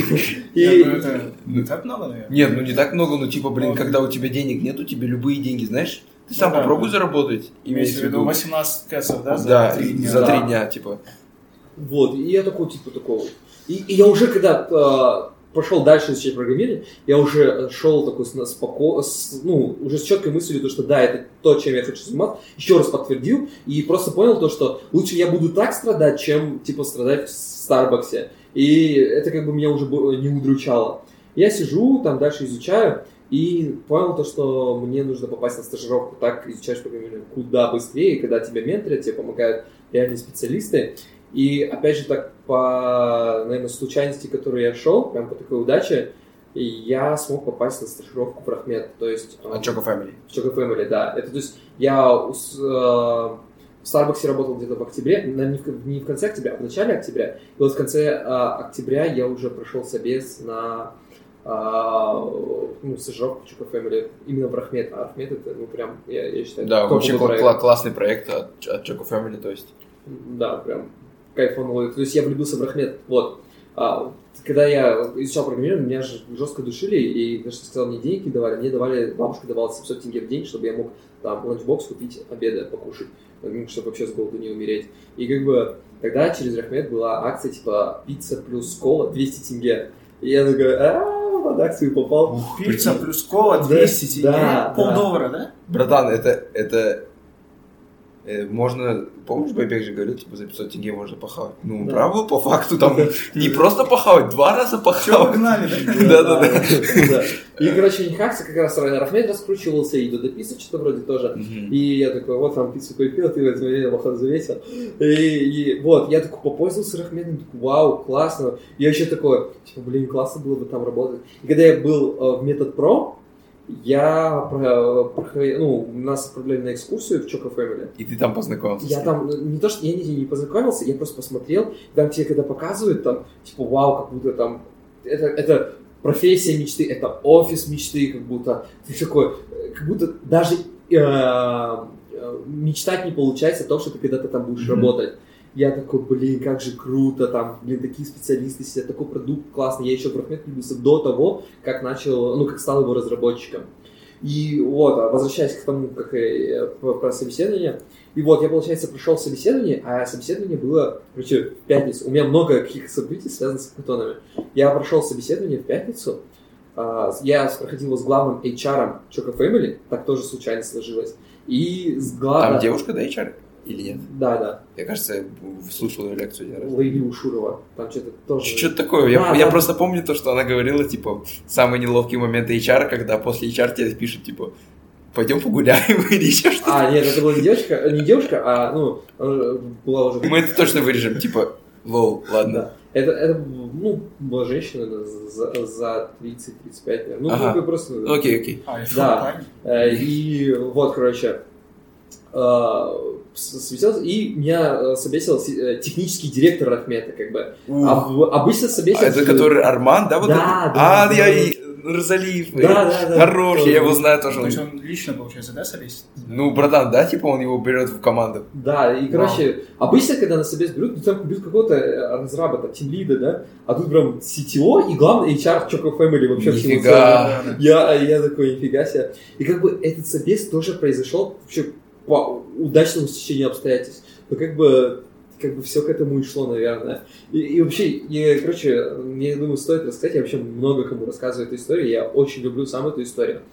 Это не так много, наверное? Нет, ну не так много, ну типа, блин, когда у тебя денег нету, тебе любые деньги, знаешь, ты сам попробуй заработать. Имеется в виду 18 кесов, да? Да, за 3 дня, типа. Вот, и я такой, типа, такого. И я уже, когда пошел дальше изучать программирование, я уже шел такой ну, уже с четкой мыслью, то, что да, это то, чем я хочу заниматься, еще раз подтвердил, и просто понял то, что лучше я буду так страдать, чем, типа, страдать в Старбаксе. И это как бы меня уже не удручало. Я сижу, там дальше изучаю, и понял то, что мне нужно попасть на стажировку, так изучаешь программирование куда быстрее, когда тебя менторят, тебе помогают реальные специалисты. И опять же так, по, наверное, случайности, которой я шел, прям по такой удаче, я смог попасть на стажировку в Рахмет. То есть... Choco Family. В Choco Family, да. Это, то есть я в Starbucks работал где-то в октябре, не в конце октября, а в начале октября. И вот в конце октября я уже прошел собес на стажировку в Choco Family именно в Рахмет. А Рахмет это, ну, прям, я считаю... Да, вообще классный проект от Choco Family, то есть... Да, прям кайфанул. То есть я влюбился в Рахмет. Вот. Когда я изучал программирование, меня же жестко душили, и даже сказал, мне деньги давали, мне давали, бабушка давала 700 тенге в день, чтобы я мог там ланчбокс купить, обеды покушать, чтобы вообще с голоду не умереть. И как бы тогда через Рахмет была акция типа пицца плюс кола 200 тенге. И я такой, под акцию попал. Пицца плюс кола 200 тенге? Да, $0.50, да? Братан, это можно, помнишь, Байбек же говорил, типа, за 500 тенге можно похавать? Ну, да. правда, по факту, там не просто похавать, 2 раза похавать. Все угнали, да? И, короче, у них акция как раз Рахмет раскручивался, и Додо Пицца что-то вроде тоже. И я такой, вот там пиццу купил, ты возьми, я походу завесил. И вот, я такой попользовался Рахметом, такой, вау, классно. Я еще такой, типа, блин, классно было бы там работать. И когда я был в Метод Про, я проходил, нас отправляли на экскурсию в Choco Family. И ты там познакомился? Я там, не то, что я не познакомился, я просто посмотрел, там тебе когда показывают, там, типа, вау, как будто там, это профессия мечты, это офис мечты, как будто, ты такой, как будто даже мечтать не получается о том, что ты когда-то там будешь работать. Я такой, блин, как же круто, там, блин, такие специалисты сидят, такой продукт классный. Я еще в Рахмет влюбился до того, как начал, как стал его разработчиком. И вот, возвращаясь к тому, как про собеседование, и вот, я, получается, прошел собеседование, а собеседование было, короче, в пятницу. У меня много каких событий связанных с хакатонами. Я прошел собеседование в пятницу, я проходил его с главным HR-ом Choco Family, так тоже случайно сложилось. И с главным... Там девушка, да, HR? Или нет? Да. Я, кажется, слушал ее лекцию один раз. Лейли Ушурова. Там что-то тоже... Что-то такое. Я просто помню то, что она говорила, типа, самые неловкие моменты HR, когда после HR тебе пишут, типа, пойдем погуляем или еще что-то. Нет, это была не девушка, а, была уже... Мы это точно вырежем, типа, лол, ладно. Да. Это была женщина за 30-35 лет. Ага. Просто... Окей. Да. И вот, короче, собесился, и меня собесил технический директор Ахмета, как бы. Обычно собесил... Это который Арман, да? Вот да. Я и Розалиев. Да. Хороший, я его знаю тоже. То есть он лично, получается, да, собесит? Ну, братан, да, типа он его берет в команду. Да, и, короче, обычно, когда на собес берут, там берут какого-то разраба, там, тимлида, да, а тут прям CTO и главный HR Choco Family вообще всего Нифига. Я такой, нифига себе. И как бы этот собес тоже произошел вообще по удачному стечению обстоятельств. Но как бы все к этому и шло, наверное. И вообще, короче, мне, думаю, стоит рассказать, я вообще много кому рассказываю эту историю, я очень люблю сам эту историю.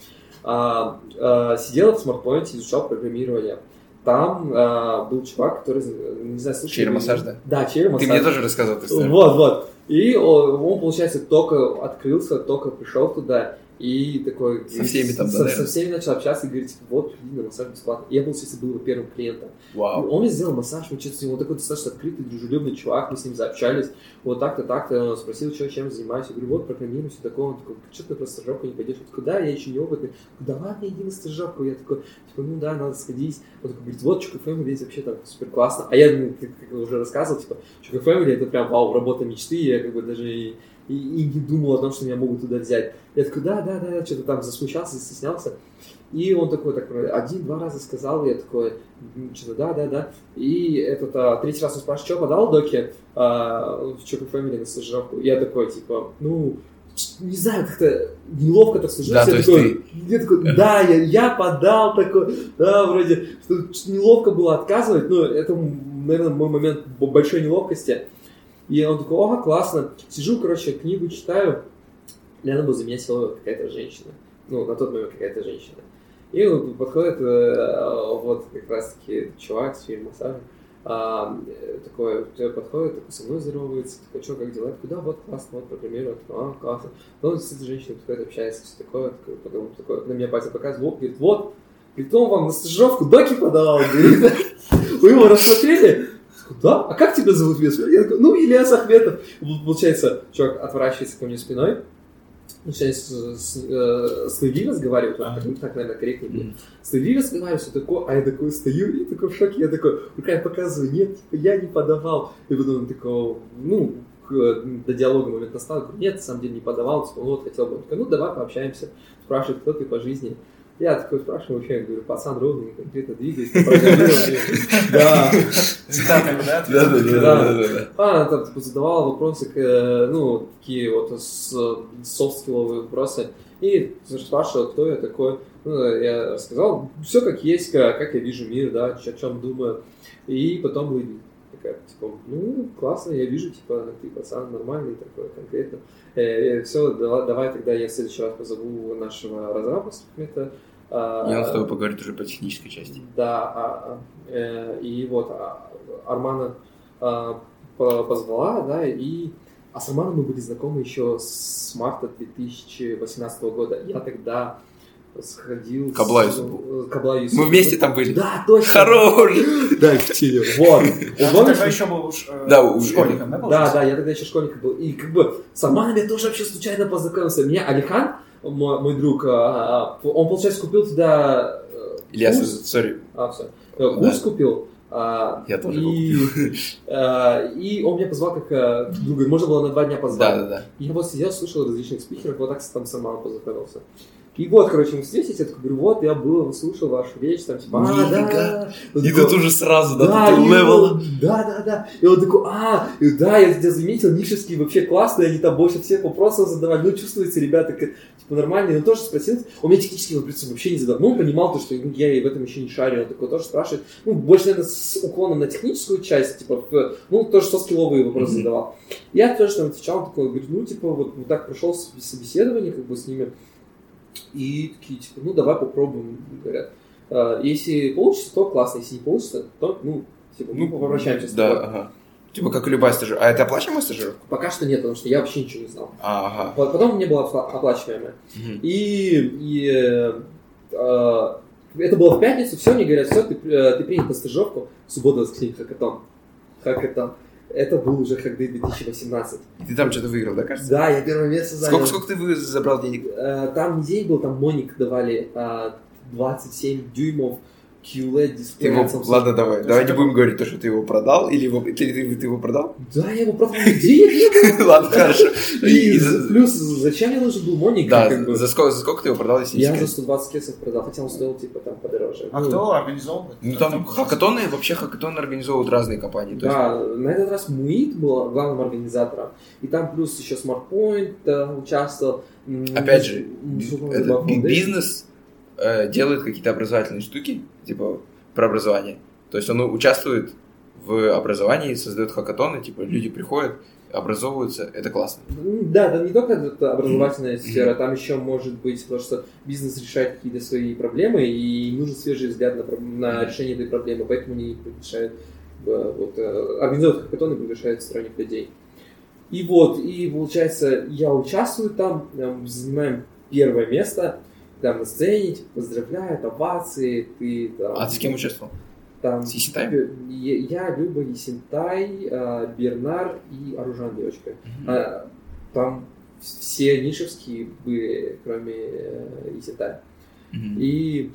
Сидел в смартпоинте, изучал программирование. Там был чувак, который, не знаю, слышал... Чейр-массаж, да? Да, чейр-массаж. Ты мне тоже рассказывал эту историю. Вот. И он, получается, только открылся, только пришел туда. И такой... Со всеми там, да, Со всеми начал общаться и говорит, вот, приди на массаж бесплатно. И я, получается, был его первым клиентом. Вау. Он мне сделал массаж, мы что-то с ним, он такой достаточно открытый, дружелюбный чувак, мы с ним заобщались. Вот так-то, он спросил, чем занимаюсь. Я говорю, вот, программирую, все такое. Он такой, что ты на стажировку не пойдешь? Я такой, да, я еще не опытный. Да ладно, иди на стажировку. Я такой, ну да, надо сходить. Он такой говорит, вот, Choco Family, здесь вообще там супер классно. А я, как уже рассказывал, Choco Family, это прям, вау, работа мечты. Я как бы даже и не думал о том, что меня могут туда взять. Я такой, да, что-то там засмущался, застеснялся. И он такой, 1-2 раза сказал, я такой, что-то да. И третий раз он спрашивает, что подал доки в Choco Family на стажировку. Я такой, не знаю, как-то неловко так сложилось. Да, Я такой, да, я подал такой, да, вроде, что неловко было отказывать, но это, наверное, мой момент большой неловкости. И он такой, ага, классно. Сижу, короче, книгу читаю, рядом за меня села какая-то женщина. На тот момент какая-то женщина. И подходит вот как раз-таки чувак с чейр-массажем. Такой подходит, такой со мной здоровается, такой, что, как дела? Я такой, да, вот, классно, вот, программирует, классно. Но он с этой женщиной подходит, общается, все такое, потом такой, на меня пальцем показывает, говорит, вот, он вам на стажировку доки подавал, говорит, вы его рассмотрели? Да? А как тебя зовут? Я такой, Ильяс Ахметов. Получается, чувак отворачивается ко мне спиной, начинает с Леви разговаривать, так, наверное, корректнее будет. С Леви разговариваю, все такое, а я такой стою и такой в шоке, я такой, руками показываю, нет, я не подавал. И потом такой, до диалога момент настал, говорю, нет, на самом деле не подавал, вот, хотел бы. Он такой, давай пообщаемся, спрашивает, кто ты по жизни. Я такой спрашиваю, вообще, я говорю, пацан ровный, конкретно двигаюсь, программирование. Да. Цитатами, да? Да. Там задавала вопросы, такие вот софт-скилловые вопросы. И спрашивал, кто я такой. Я рассказал, все как есть, как я вижу мир, да, о чем думаю. И потом Леви такая, классно, я вижу, ты пацан нормальный такой, конкретно. Все, давай тогда я в следующий раз позову нашего разраба с Ахмета. И он с тобой поговорит уже по технической части. Да, и вот Армана позвала, да, а с Арманом мы были знакомы еще с марта 2018 года. Я тогда сходил... Кабла Юсупу. Мы вместе там были. Да, точно. Хорош! Да, Екатерина. Вот. Он тогда еще был школьником, да, получается? Да, я тогда еще школьником был. И как бы с Арманом я тоже вообще случайно познакомился. Меня Алихан, мой друг, он, получается, купил туда... Ильяс, сори. Все. Курс купил. Я тоже купил. И он меня позвал как друга. Можно было на 2 дня позвать. Да. Я вот сидел, слушал различных спикеров, вот так там с Арманом познакомился. И вот, короче, мы встретились, я такой говорю, вот, я был, слушал вашу речь, там, да. И тут уже сразу, да, тут левел. Да. И он такой, да, я тебя заметил, нишевские вообще классные, они там больше всех вопросов задавали, чувствуется, ребята, нормальные. Он тоже спросил, он мне технические вопросы вообще не задал. Он понимал то, что я и в этом еще не шарю, он такой тоже спрашивает, больше, наверное, с уклоном на техническую часть, тоже софт-скилловые вопросы задавал. Я тоже там отвечал, такой, говорю, вот так прошел собеседование, как бы с ними. И такие, давай попробуем, говорят. Если получится, то классно, если не получится, то, попрощаемся с тобой. Да, ага. Как и любая стажировка. А это оплачиваемая стажировка? Пока что нет, потому что я вообще ничего не знал. Ага. Потом мне была оплачиваемая. И это было в пятницу, все, мне говорят, все, ты принят на стажировку, в субботу, воскресенье, хакатон. Это был уже Hackday 2018. И ты там что-то выиграл, да, кажется? Да, я первое место занял. Сколько ты забрал денег? Там не денег был, там Моник давали 27 дюймов QLED дисплей. Ладно, давай не будем говорить то, что ты его продал, или ты его продал? Да, я его продал, денег не было. Ладно, хорошо. Плюс, зачем мне нужен был Моник? Да, за сколько ты его продал, если не Я секрет? за 120 кесов продал, хотя он стоил типа там подороже. А кто организовал? Ну там хакатоны организовывают разные компании. Да, на этот раз Муит был главным организатором. И там плюс еще SmartPoint участвовал. Опять же, бизнес делает какие-то образовательные штуки, типа про образование. То есть он участвует в образовании, создает хакатоны, типа люди приходят, образовываются, это классно. Да, это не только это образовательная сфера, там еще может быть то, что бизнес решает какие-то свои проблемы, и нужен свежий взгляд на решение этой проблемы, поэтому они приглашают, организуют хакатоны, приглашают сторонних людей. И получается, я участвую там, занимаем первое место, там на сцене, поздравляют, овации, ты там... А ты с кем участвовал? Там, с Есентаем? Я, Люба, Есентай, Бернар и Аружан девочка. Там все нишевские были, кроме Есентая. И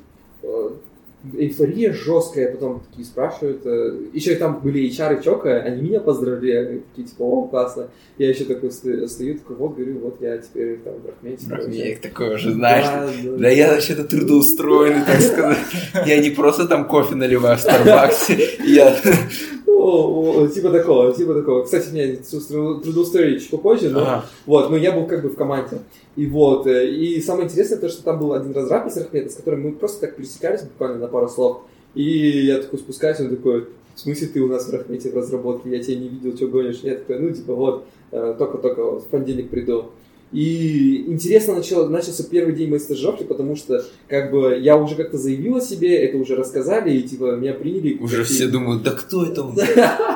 эйфория жесткая, потом такие спрашивают. Еще там были HR и Чока, они меня поздравляли, такие типа, о, классно. Я еще такой стою, такой, вот, говорю, вот я теперь там в Рахмете. Я такой уже, знаешь, да я вообще-то трудоустроенный, так сказать. Я не просто там кофе наливаю в Старбаксе, я... Типа такого. Кстати, меня трудоустроили чуть попозже, но я был как бы в команде. И самое интересное то, что там был один разраб из Рахмета, с которым мы просто так пересекались буквально на пару слов. И я такой спускаюсь, он такой, в смысле ты у нас в Рахмете в разработке, я тебя не видел, что гонишь? Я такой, только в понедельник приду. И интересно начался первый день моей стажировки, потому что как бы я уже как-то заявил о себе, это уже рассказали, и типа меня приняли. Уже все думают, да кто это он?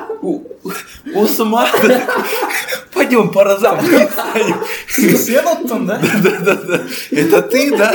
Осама? Пойдем по разам. Сэноттон, да? Да. Это ты, да?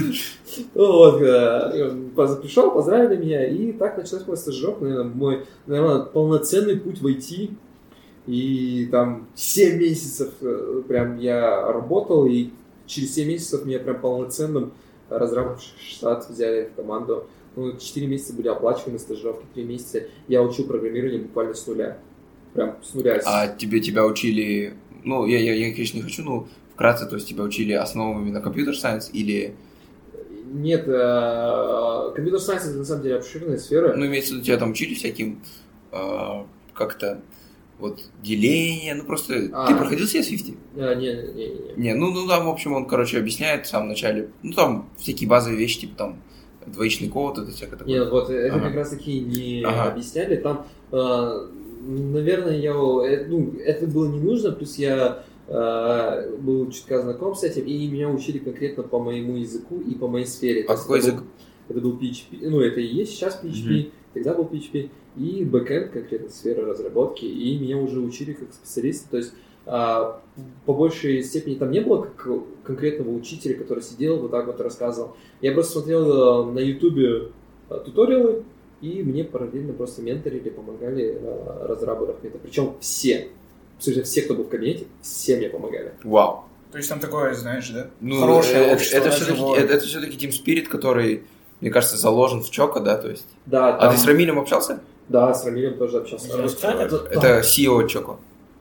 Пришел, поздравили меня, и так началась моя стажировка, наверное, полноценный путь в IT. И там 7 месяцев прям я работал, и через 7 месяцев меня прям полноценным разработчиком штат взяли в команду. 4 месяца были оплачиваемые стажировки, 3 месяца я учил программирование буквально с нуля. Прям с нуля. А тебя учили, я конечно, не хочу, вкратце, то есть тебя учили основам именно компьютер-сайенс или... Нет, компьютер-сайенс это на самом деле обширная сфера. Имеется в виду, тебя там учили всяким как-то... деление, просто... Ты проходил CS50? Не. Там, в общем, он, объясняет в самом начале, там всякие базовые вещи, типа там двоичный код, это всякое такое. Нет, это как раз таки не объясняли, там, наверное, это было не нужно, плюс я был чутка знаком с этим, и меня учили конкретно по моему языку и по моей сфере. А какой язык? Это был PHP, это и есть сейчас PHP, тогда был PHP. И бэкэнд, конкретно сфера разработки, и меня уже учили как специалиста, то есть по большей степени там не было как конкретного учителя, который сидел вот так вот рассказывал. Я просто смотрел на ютубе туториалы, и мне параллельно просто менторили, помогали разрабы Рахмета. Причем абсолютно все, кто был в кабинете, все мне помогали. Вау. То есть там такое, знаешь, да? Хорошее общество. Это все-таки Team Spirit, который, мне кажется, заложен в Чока, да, то есть? Да. А ты с Рамилем общался? Да, с Рамилем тоже общался. Это CEO Чоко.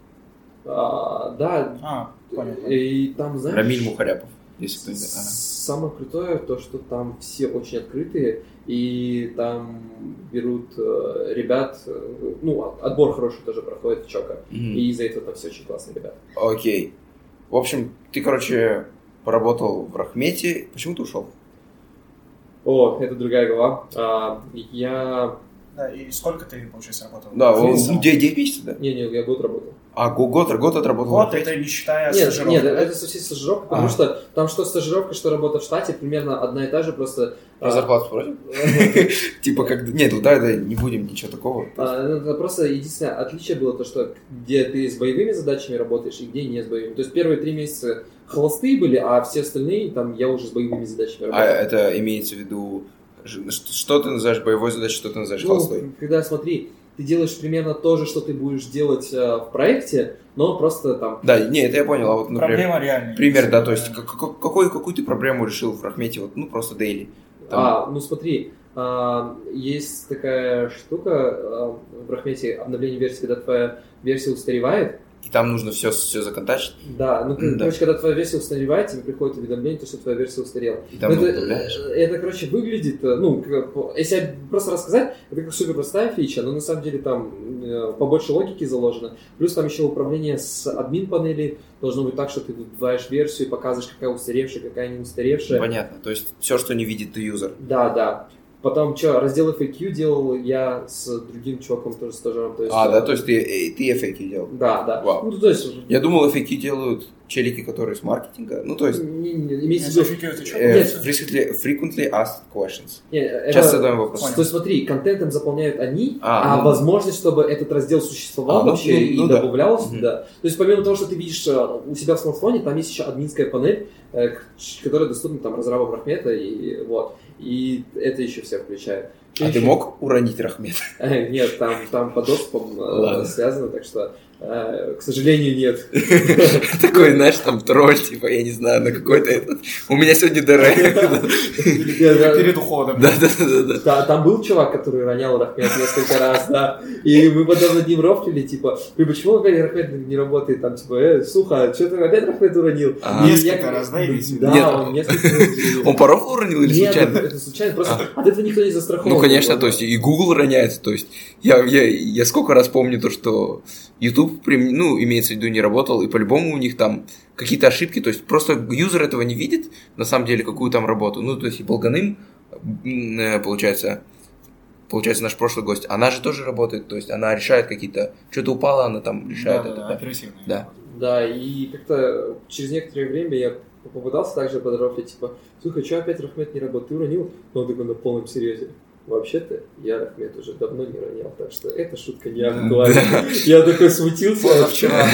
Да. Понятно. И там, знаешь... Рамиль Мухаряпов, если кто не знает. Самое крутое то, что там все очень открытые, и там берут ребят... отбор хороший тоже проходит в Чока, и из-за этого там все очень классные ребята. Окей. В общем, ты, поработал в Рахмете. Почему ты ушел? Это другая глава. Да, и сколько ты, получается, работал? Да, 9 месяцев, да? Не, я год работал. А год отработал? Год, это не считая стажировки. Нет, это совсем стажировка, потому что там что стажировка, что работа в штате примерно одна и та же, просто... Про зарплату спросим? Типа как... Нет, да, не будем, ничего такого. Это просто единственное отличие было то, что где ты с боевыми задачами работаешь и где не с боевыми. То есть первые 3 месяца холостые были, а все остальные, там, я уже с боевыми задачами работал. А это имеется в виду... Что ты называешь боевой задачей, что ты называешь холостой? Когда, смотри, ты делаешь примерно то же, что ты будешь делать в проекте, но просто там... Да, не, это я понял, а вот, например... Проблема реальная. Пример, да, то есть какую ты проблему решил в Рахмете, вот, ну, просто daily? Ну смотри, есть такая штука в Рахмете, обновление версии, когда твоя версия устаревает. И там нужно все законтачить? Да, короче, когда твоя версия устаревает, тебе приходит уведомление, что твоя версия устарела. И там это, короче, выглядит, если просто рассказать, это супер простая фича, но на самом деле там побольше логики заложено. Плюс там еще управление с админ-панели должно быть так, что ты выбиваешь версию, показываешь, какая устаревшая, какая не устаревшая. Понятно, то есть все, что не видит юзер. Да. Потом, раздел FAQ делал я с другим чуваком, тоже стажером. То есть, да, то есть ты FAQ делал? Да. Вау. Ну, то есть... Я думал, FAQ делают челики, которые с маркетинга. Ну, то есть... Имеется в виду... Frequently asked questions. Сейчас задаем вопрос. То есть смотри, контентом заполняют они, возможность, чтобы этот раздел существовал вообще и добавлялся туда. То есть помимо того, что ты видишь у себя в смартфоне, там есть еще админская панель, которая доступна там разрабам Рахмета, и вот. И это еще все включает. Ты мог уронить Рахмет? Нет, там по доступам связано, так что, к сожалению, нет. Такой, знаешь, там тролль, типа, я не знаю, на какой-то этот... У меня сегодня ДР. Перед уходом. Да. Там был чувак, который ронял Рахмет несколько раз, да. И мы потом над ним рофлили, типа, почему опять Рахмет не работает? Там, типа, Суха, что ты опять Рахмет уронил? Несколько раз, да, имеете в виду? Да, он несколько раз уронил. Он по рофлу уронил или случайно? Нет, это случайно, просто от этого никто не застрахован. Ну, конечно, то есть и Google роняется, то есть я сколько раз помню то, что YouTube, имеется в виду, не работал, и по-любому у них там какие-то ошибки, то есть просто юзер этого не видит, на самом деле, какую там работу. Ну, то есть и Болганым, получается, наш прошлый гость, она же тоже работает, то есть она решает какие-то, что-то упало, она там решает это. Да, оперативно. Да, и как-то через некоторое время я попытался также подрофлить, типа, слушай, что опять Рахмет не работает, ты уронил? Но он такой на полном серьезе. Вообще-то я Рахмет уже давно не ронял, так что эта шутка не актуальна. Я такой смутился. Позавчера.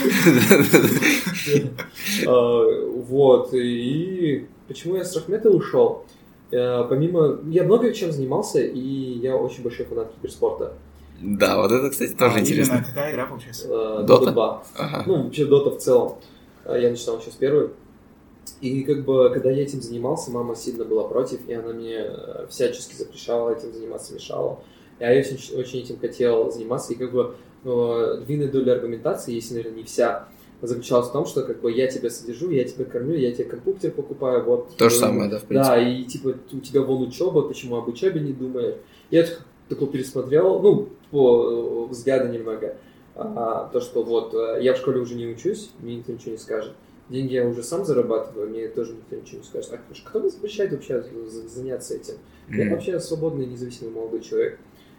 Вот, и почему я с Рахмета ушел? Помимо... Я много чем занимался, и я очень большой фанат киберспорта. Да, вот это, кстати, тоже интересно. Именно какая игра, получается? Dota 2. Ну, вообще Dota в целом. Я начинал сейчас первый. И как бы, когда я этим занимался, мама сильно была против, и она мне всячески запрещала этим заниматься, мешала. Я очень этим хотел заниматься, и как бы львиная доля аргументации, если, наверное, не вся, заключалась в том, что как бы я тебя содержу, я тебя кормлю, я тебе компьютер покупаю, вот. То же самое, да, в принципе. Да, и типа у тебя вон учеба, почему об учебе не думаешь? Я такой пересмотрел, по взгляду немного, то, что вот я в школе уже не учусь, мне никто ничего не скажет. Деньги я уже сам зарабатываю, мне тоже никто ничего не скажет. А кто мне запрещает вообще заняться этим? Я вообще свободный, независимый молодой человек.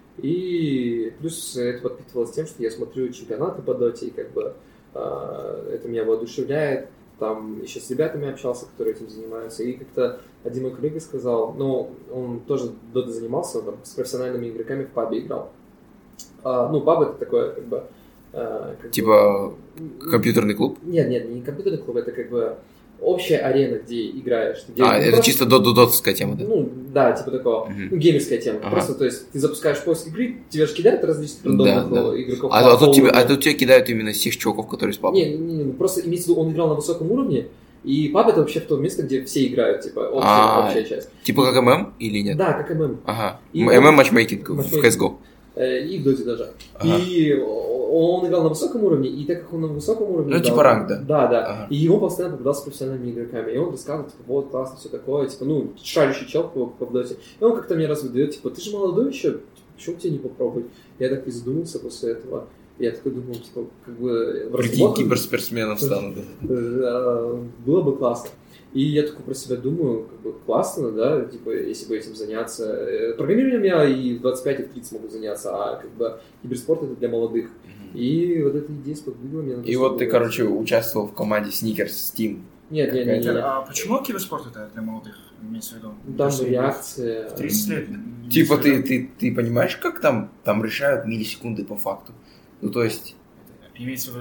И плюс это подпитывалось тем, что я смотрю чемпионаты по доте, и как бы это меня воодушевляет. Там еще с ребятами общался, которые этим занимаются. И как-то один мой коллега сказал, он тоже дотой занимался, он там с профессиональными игроками в пабе играл. Паб это такое как бы... Типа компьютерный клуб? Нет, не компьютерный клуб, это как бы общая арена, где играешь. Это чисто дотовская тема, да? Да, типа такого. Геймерская тема. Просто, то есть, ты запускаешь поиск игры, тебя же кидают различных рандомных игроков. А тут тебя кидают именно тех чуваков, которые с пабом? Не, просто имеется в виду, он играл на высоком уровне, и паб это вообще в то место, где все играют, типа, общая часть. Типа как ММ или нет? Да, как ММ. Ага. ММ матчмейкинг в CSGO. И в доте даже. И он играл на высоком уровне, и так как он на высоком уровне... типа ранг, да? Да. Ага. И ему постоянно попадался с профессиональными игроками. И он рассказывал, типа, вот, классно, все такое, типа, шарящий чел по доте. И он как-то мне раз выдает, типа, ты же молодой еще, почему тебе не попробовать? Я так и задумался после этого. Я такой думал, типа, как бы... Прикинь, киберспортсменом стану, да. Было бы классно. И я такой про себя думаю, как бы классно, да, типа, если бы этим заняться. Программированием я и в 25, и в 30 могу заняться, а как бы киберспорт это для молодых. И вот эта идея сподвигла меня. И вот ты, короче, участвовал в команде Sneakers Team. Нет. А почему киберспорт это для молодых, имеется в виду? Там реакция. В 30 лет. Типа ты понимаешь, как там решают миллисекунды по факту? Ну, то есть... Имеется в виду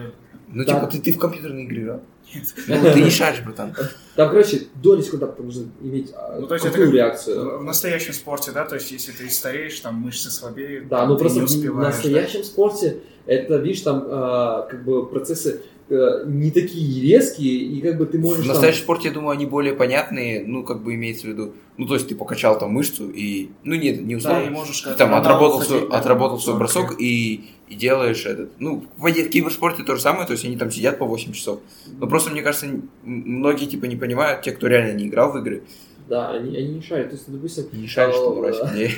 Ну, Да. типа, ты в компьютерные игры играл? Нет. Ну, ты не шаришь, братан. Там, короче, долю секунды нужно иметь Ну, то есть крутую это реакцию. в настоящем спорте, да, то есть если ты стареешь, там мышцы слабеют, Да, ну ты просто не в успеваешь. настоящем спорте это, видишь, там как бы процессы не такие резкие, и как бы ты можешь В там... настоящем спорте, я думаю, они более понятные, ну, как бы имеется в виду, ну, то есть ты покачал там мышцу и, ну, нет, не Да, условно, и можешь ты как там отработал Роналду свой бросок и делаешь этот, ну, в киберспорте то же самое, то есть они там сидят по 8 часов, но просто, мне кажется, многие, типа, не понимают, те, кто реально не играл в игры, Да, они не шарят. То есть, допустим, не шаришь, что мразь.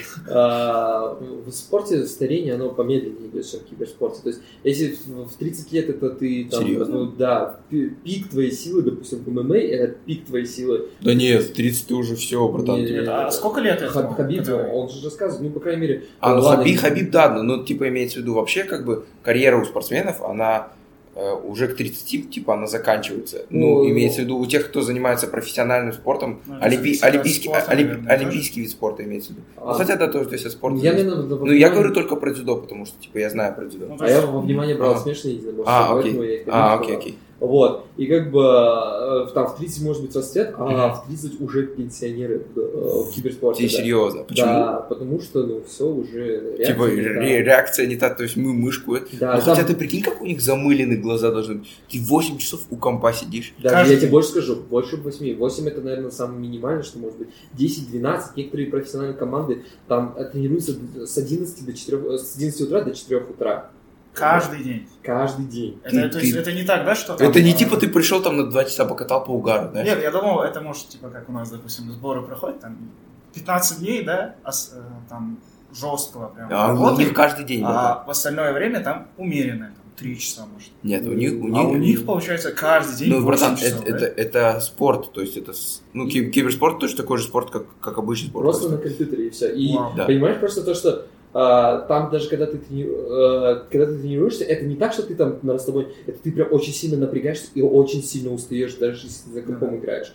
в спорте старение, оно помедленнее идет, чем в киберспорте. То есть, если в 30 лет это ты там... Серьезно? Ну, да, пик твоей силы, допустим, в ММА, это пик твоей силы. Да нет, в 30 ты уже все, братан. Не, Нет, а сколько лет этому? Хабиб, который- он же рассказывает, ну, по крайней мере... Ну ладно, Хабиб, да, но типа имеется в виду вообще, как бы, карьера у спортсменов, она уже к 30, типа, она заканчивается. Ну, имеется в виду у тех, кто занимается профессиональным спортом, Ну, олимпийский спорта, наверное, олимпийский вид спорта имеется в виду. Ну, хотя, да, тоже, то есть, от спорта. Я, зависит. наверное, Ну, я говорю только про дзюдо, потому что, типа, я знаю про дзюдо. Ну, то А я есть- во внимание брал Ага. смешные единоборства, Окей. поэтому я их сказал. Окей. Вот. И как бы там в 30 может быть расцвет, а в 30 уже пенсионеры в киберспорте. Ты да. серьезно? Почему? Да, потому что, ну, все уже... Типа, реакция не та. реакция не та, то есть мы мышку. Да, Ну, там- хотя ты прикинь, как у них замылены глаза должны быть. Ты 8 часов у компа сидишь. Да, Каждый я тебе день. больше скажу, больше 8. 8 это, наверное, самое минимальное, что может быть. 10-12, некоторые профессиональные команды там тренируются с 11 до 4, с 11 утра до 4 утра. Каждый день. Каждый день. То есть это не так, да, что там... Это не типа ты пришел там на 2 часа покатал по угару, да? Нет, я думал, это может, типа, как у нас, допустим, сборы проходят, там, 15 дней, да, там, жесткого прям А у работы, них каждый день, а братан. в остальное время там умеренное, там, 3 часа, может. Нет, у У них, получается, каждый день Ну, 8 братан, часов, да? это спорт, то есть это, ну, киберспорт точно такой же спорт, как обычный спорт. Просто на компьютере и все. И Вау. Да. понимаешь просто то, что там даже когда ты тренируешься, это не так, что ты там на расслабоне, это ты прям очень сильно напрягаешься и очень сильно устаешь, даже если ты за компом играешь.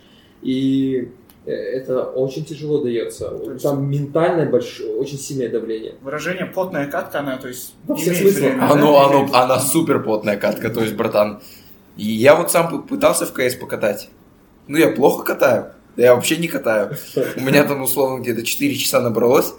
И это очень тяжело дается. То есть- Там ментальное очень сильное давление. Выражение «потная катка», она, то есть, Во всех имеет смыслах. время, да? Она супер плотная катка, то есть, братан. И я вот сам пытался в КС покатать. Ну, я плохо катаю. Да я вообще не катаю. У меня там, условно, где-то 4 часа набралось.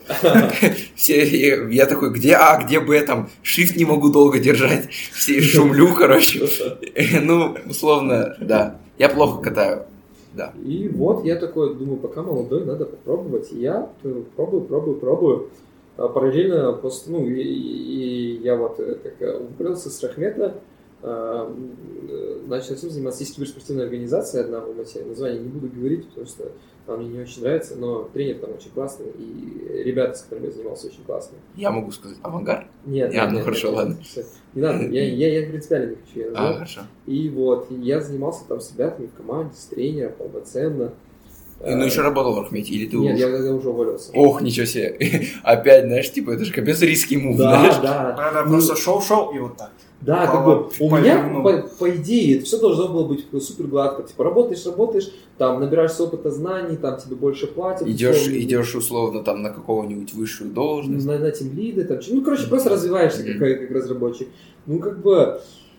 Я такой, где А, где Б, там, shift не могу долго держать. Все шумлю, короче. Ну, условно, да. Я плохо катаю. Да. И вот я такой думаю, пока молодой, надо попробовать. И я пробую. Параллельно, и я вот как упорился с Рахмета, начал этим заниматься. Есть киберспортивная организация одна в Алмате, название не буду говорить, потому что она мне не очень нравится, но тренер там очень классный, и ребята, с которыми я занимался, очень классные. Я могу сказать авангард? Нет, Хорошо, ладно. Всё. Не надо, я принципиально не хочу ее назвать. Хорошо. И вот, и я занимался там с ребятами в команде, с тренером, полноценно. Ну, еще работал в Архмете, или ты Нет, уже? я уже уволился. Ох, ничего себе. Опять, знаешь, типа, это же капец риски мув, знаешь? Да. Надо просто шоу-шоу и вот так. Да, как По- бы у по меня, верну. по идее, это все должно было быть супер гладко. Типа работаешь, там набираешься опыта знаний, там тебе больше платят. условно. Идешь условно там на какого-нибудь высшую должность. На тимлиды, там, ну, короче, просто развиваешься как разработчик. Ну, как бы,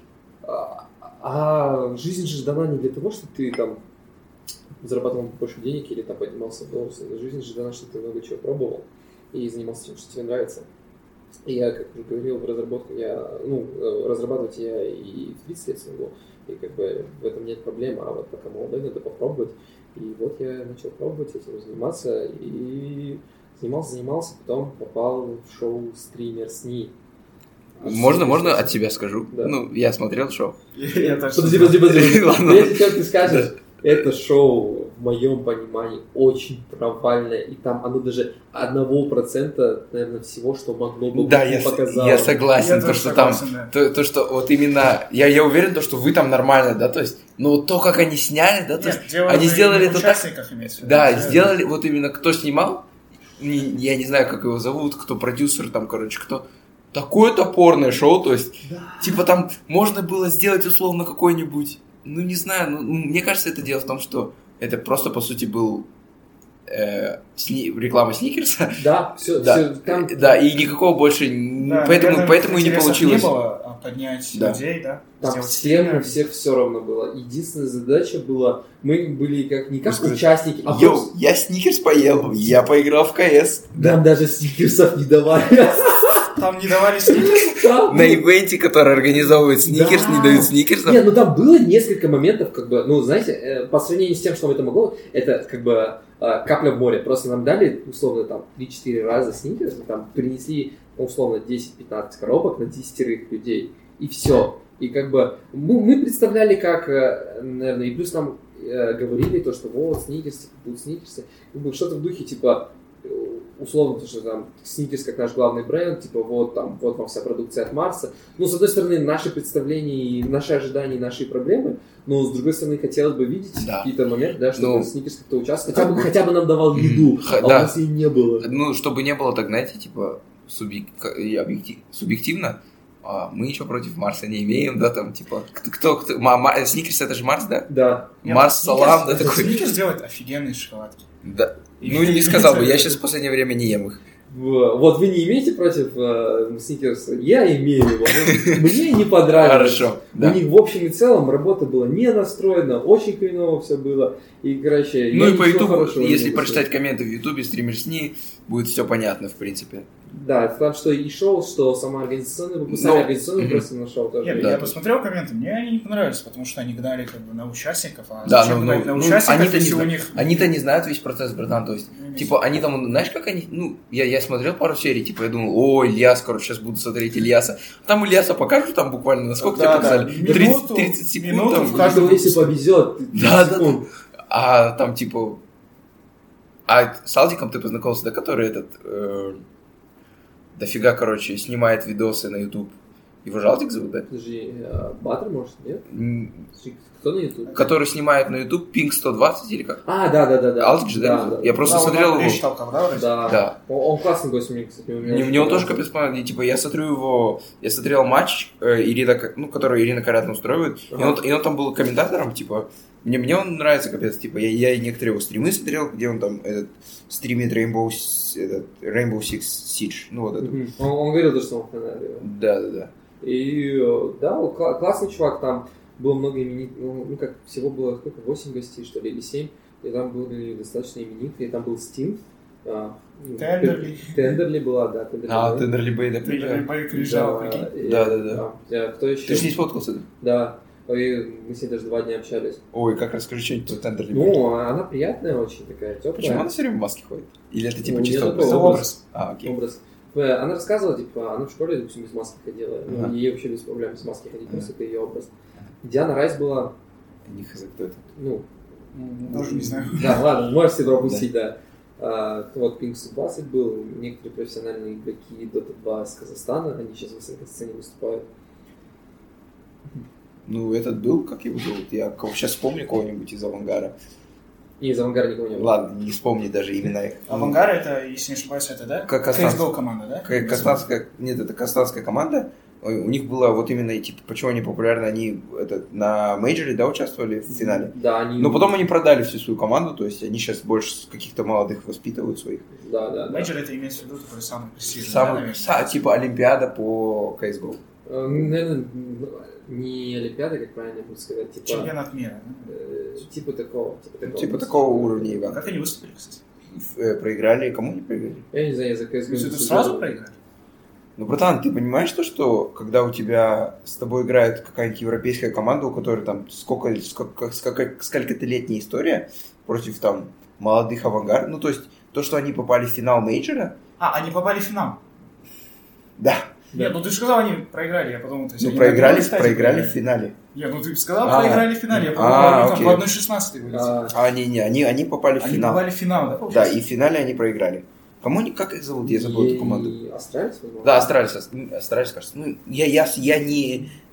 жизнь же дана не для того, чтобы ты там зарабатывал больше денег или там поднимался в должности. Жизнь же дана, чтобы ты много чего пробовал и занимался тем, что тебе нравится. И я, как уже говорил, в разработку разрабатывать я и в 30 лет смогу, и как бы в этом нет проблем, а вот пока молодой, надо попробовать. И вот я начал пробовать этим заниматься, и занимался, потом попал в шоу «Стример СНИ». Можно от себя скажу? Да. Ну, я смотрел шоу. Я тоже- Подожди. Ладно. Прежде чем ты скажешь, это шоу, в моем понимании, очень провальное, и там оно даже 1%, наверное, всего, что могло бы Да, быть, показало. я согласен, Я то, тоже что там, согласен, да. то, что вот именно, я уверен, то, что вы там нормально, да, то есть, но вот то, как они сняли, да, то есть, Нет, дело они же сделали не это так, участников имеется в виду. да, сделали, вот именно кто снимал, я не знаю, как его зовут, кто продюсер там, короче, кто, такое топорное шоу, то есть, типа там можно было сделать условно какой-нибудь, ну не знаю, мне кажется, это дело в том, что это просто по сути был реклама Сникерса. Да, все, Да. там... Да, и никакого больше... Да, поэтому наверное, и не интересов получилось. не было поднять Да. людей, да? Там сделать всем стример. у всех все равно было. Единственная задача была, мы были как не как Сказать, участники, а Йоу, просто я Сникерс поел, я поиграл в КС. нам даже сникерсов не давали. Там не давали сникерс? Там На ивенте, который организовывает Сникерс, Да. не дают Сникерсов. Нет, ну там было несколько моментов, как бы, ну, знаете, по сравнению с тем, что это могло, это как бы капля в море. Просто нам дали, условно, там, 3-4 раза Сникерс, там, принесли, условно, 10-15 коробок на 10 людей. И все. И как бы мы представляли, как, наверное, и плюс нам говорили то, что вот, Сникерсы, будут Сникерсы. Как бы что-то в духе, типа, условно, то, что там Сникерс как наш главный бренд, типа вот там, вот вам вся продукция от Марса. Ну, с одной стороны, наши представления, и наши ожидания, и наши проблемы, но с другой стороны, хотелось бы видеть какие-то моменты, да, чтобы Сникерс как-то участвовал, хотя бы нам давал еду, а у нас и не было. Ну, чтобы не было так, знаете, типа, субъективно, мы ничего против Марса не имеем, да, там, типа, кто Сникерс это же Марс, да? Да. Марс, салам, да, такой. Сникерс делает офигенные шоколадки. Да. Ну, не сказал бы, я сейчас в последнее время не ем их. Вот вы не имеете против Сникерса? Я имею его. Мне не понравилось. Хорошо. У них в общем и целом работа была не настроена, очень хреново все было. И, короче, Ну я и по ничего Ютубу, хорошего не если могу прочитать комменты в Ютубе, стримерсни, будет все понятно, в принципе. Да, это там, что и шоу, что сама организационная, Но- организационная просто на шоу тоже. Нет, Да. я посмотрел комменты, мне они не понравились, потому что они гнали как бы на участников, а Да, зачем ну, гнать на ну, участников, они-то если не у знают. них... Они-то не знают весь процесс, братан, то есть, типа, они там, знаешь, как они, ну, я смотрел пару серий, типа, я думал, о, Ильяс, короче, сейчас буду смотреть Ильяса. Там Ильяса покажут, там буквально, насколько тебе показали? 30 секунд, минуту там, в каждом Если повезет, Да. А там, типа, с Алдиком ты познакомился, да, который этот, дофига, короче, снимает видосы на YouTube. Его же Алдик зовут, да? Подожди, Баттер, может, нет? М, Кто на YouTube? Который снимает на YouTube Pink 120 или как? Да. Алдик же, да? Я просто смотрел его. Толком, да, вроде? Да. Он классный гость, мне, кстати. Мне он тоже капец понравился. Типа, я смотрел матч, который Ирина Каратна устраивает, и он там был комментатором, типа, мне он нравится капец, типа, я и некоторые его стримы смотрел, где он там стримит Rainbow Six Siege, ну вот это. Он говорил, что он фанат. Да. И да, классный чувак, там было много именитых, ну как, всего было сколько, 8 гостей, что ли, или 7, и там были достаточно именитые, там был Steam, Тендерли была, да, Тендерли Бэй, да, приезжал. Приезжал, прикинь. Да. Кто еще? Ты же не сфоткался, да? Да, и мы с ней даже 2 дня общались. Ой, как расскажи что-нибудь про Тендерли Бэй. Ну, она приятная очень, такая, теплая. Почему она все время в маске ходит? Или это типа Ну, чисто нет, это образ. Окей. Образ. Она рассказывала, типа, она в школе, допустим, без маски ходила. Ага. Ей вообще без проблем без маски ходить, просто это ее образ. Диана Райс была, Не хз, кто это? ну, Тоже не знаю. да, ладно, можешь себе пропустить, да. Вот Pink 120 был, некоторые профессиональные игроки Dota 2 из Казахстана, они сейчас в высокой сцене выступают. Ну, этот был, как его зовут? Я сейчас вспомню кого-нибудь из Авангара. И из Авангара никого не было. Ладно, не вспомни даже имена их. Авангар это, если не ошибаюсь, это, да? Как Казахстан. CSGO команда, да? Это казахстанская команда. У них была вот именно, типа, почему они популярны, они на мейджоре, да, участвовали в финале. Да, они... Но потом они продали всю свою команду, то есть они сейчас больше каких-то молодых воспитывают своих. Да. Мейджор это имеется в виду такой самый престижный, да, наверное? Типа Олимпиада по CSGO. Наверное, не Олимпиада, как правильно будет сказать, типа... Чемпионат мира, да? Типа такого. Типа такого уровня, Иван. Как они выступили, кстати? Проиграли, кому не проиграли? Я не знаю, я за CSGO... То есть это сразу проиграли? Ну, братан, ты понимаешь то, что когда у тебя с тобой играет какая-нибудь европейская команда, у которой там сколько-то летняя история против там молодых авангард, ну, то есть то, что они попали в финал мейджора... Они попали в финал? Да. Нет, ну ты же сказал, они проиграли, я подумал, то есть Ну, они проиграли на в финале. Нет, ну ты сказал, проиграли в финале, я подумал, они там по 1.16 вылетели. Они попали в Они финал. попали в финал, да, Да, получается? и в финале они проиграли. Как их зовут? Я забыл эту команду. Астралис, возможно? Да, Астралис, кажется. Ну, я не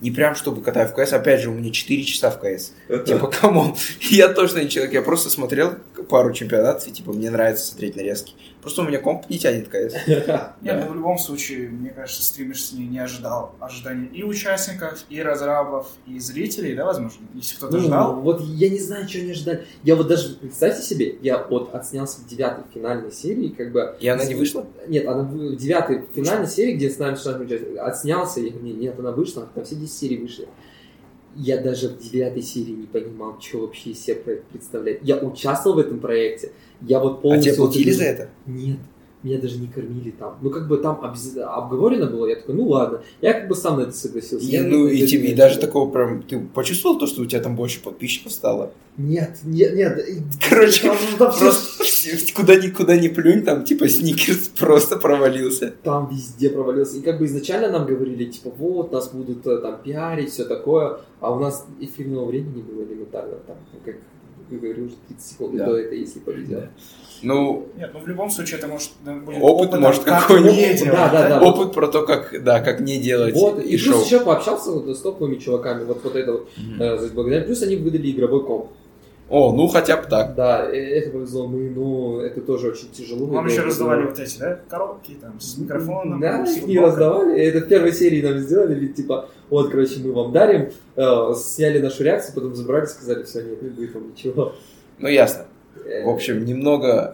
не прям чтобы катаю в КС, опять же, у меня 4 часа в КС. Типа, камон, я точно не человек, я просто смотрел пару чемпионатов, и типа, мне нравится смотреть нарезки. Просто у меня комп не тянет КС. Нет, в любом случае, мне кажется, стримерс не ожидал ожиданий и участников, и разрабов, и зрителей, да, возможно, если кто-то ждал. Вот я не знаю, что они ожидали. Я вот даже, представьте себе, я вот отснялся в 9-й финальной серии, как бы... И она не вышла? Нет, она в 9-й финальной серии, где с нами отснялся, нет, она вышла, там все 10 серий вышли. Я даже в 9-й серии не понимал, что вообще из себя проект представляет. Я участвовал в этом проекте, я вот полностью... А тебе платили за это? Нет, меня даже не кормили там. Ну, как бы там обговорено было, я такой, ну ладно. Я как бы сам на это согласился. И даже такого прям... Ты почувствовал то, что у тебя там больше подписчиков стало? Нет. Короче, просто куда ни плюнь, там типа Сникерс просто провалился. Там везде провалился. И как бы изначально нам говорили, типа, вот, нас будут там пиарить, все такое. А у нас эфирного времени было элементарно. Там, как я говорю, уже 30 секунд, да. И то это если повезет. Ну, нет, в любом случае это может быть опыт может какой-нибудь. Да. Опыт про то, как не делать вот, и шоу. плюс еще пообщался с топовыми чуваками, вот это вот, благодаря. Плюс они выдали игровой комп. О, ну хотя бы так. Да, это повезло. это тоже очень тяжело. Вам еще раздавали вот эти, да, коробки там с микрофоном. Да, их не раздавали. Это в первой серии нам сделали, ведь типа, вот, короче, мы вам дарим, сняли нашу реакцию, потом забрали, сказали, все, нет, не будет вам ничего. Ну, ясно. В общем, немного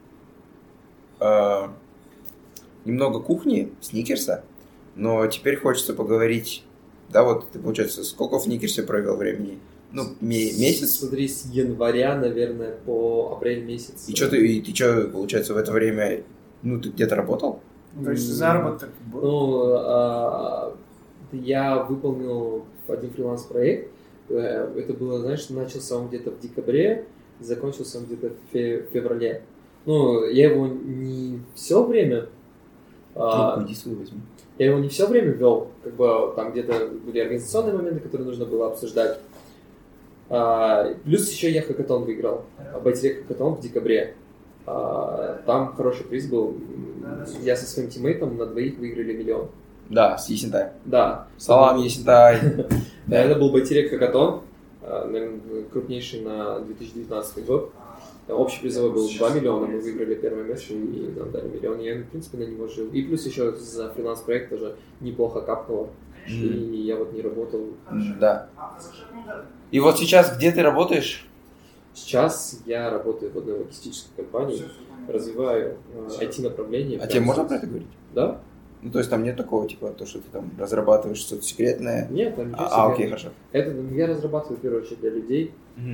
кухни, Сникерса, но теперь хочется поговорить, да, вот ты, получается, сколько в Сникерсе провел времени? Ну, месяц? Смотри, с января, наверное, по апрель месяц. И ты что, получается, в это время, ну, ты где-то работал? То есть заработок был? Ну, я выполнил один фриланс-проект. Это было, знаешь, начался он где-то в декабре, закончился он где-то в феврале. Ну, я его не все время... Иди свой возьми. Я его не все время вел. Как бы там где-то были организационные моменты, которые нужно было обсуждать. Плюс еще я хакатон выиграл. Байтерек хакатон в декабре. Там хороший приз был. Я со своим тиммейтом на двоих выиграли 1 миллион. Да, с Есентай. Да. Салам, Есентай. Да, это был Байтерек хакатон, наверное, крупнейший на 2019 год. Общий призовой был 2 миллиона, мы выиграли первое место и нам дали 1 миллион. Я, в принципе, на него жил. И плюс еще за фриланс-проект тоже неплохо капкало. И я вот не работал. Да. И вот сейчас где ты работаешь? Сейчас я работаю в одной логистической компании, развиваю IT-направление. А тебе можно про это говорить? Да. Ну, то есть там нет такого, типа, то, что ты там разрабатываешь что-то секретное? Нет, там ничего секретного. Окей, хорошо. Это я разрабатываю, в первую очередь, для людей.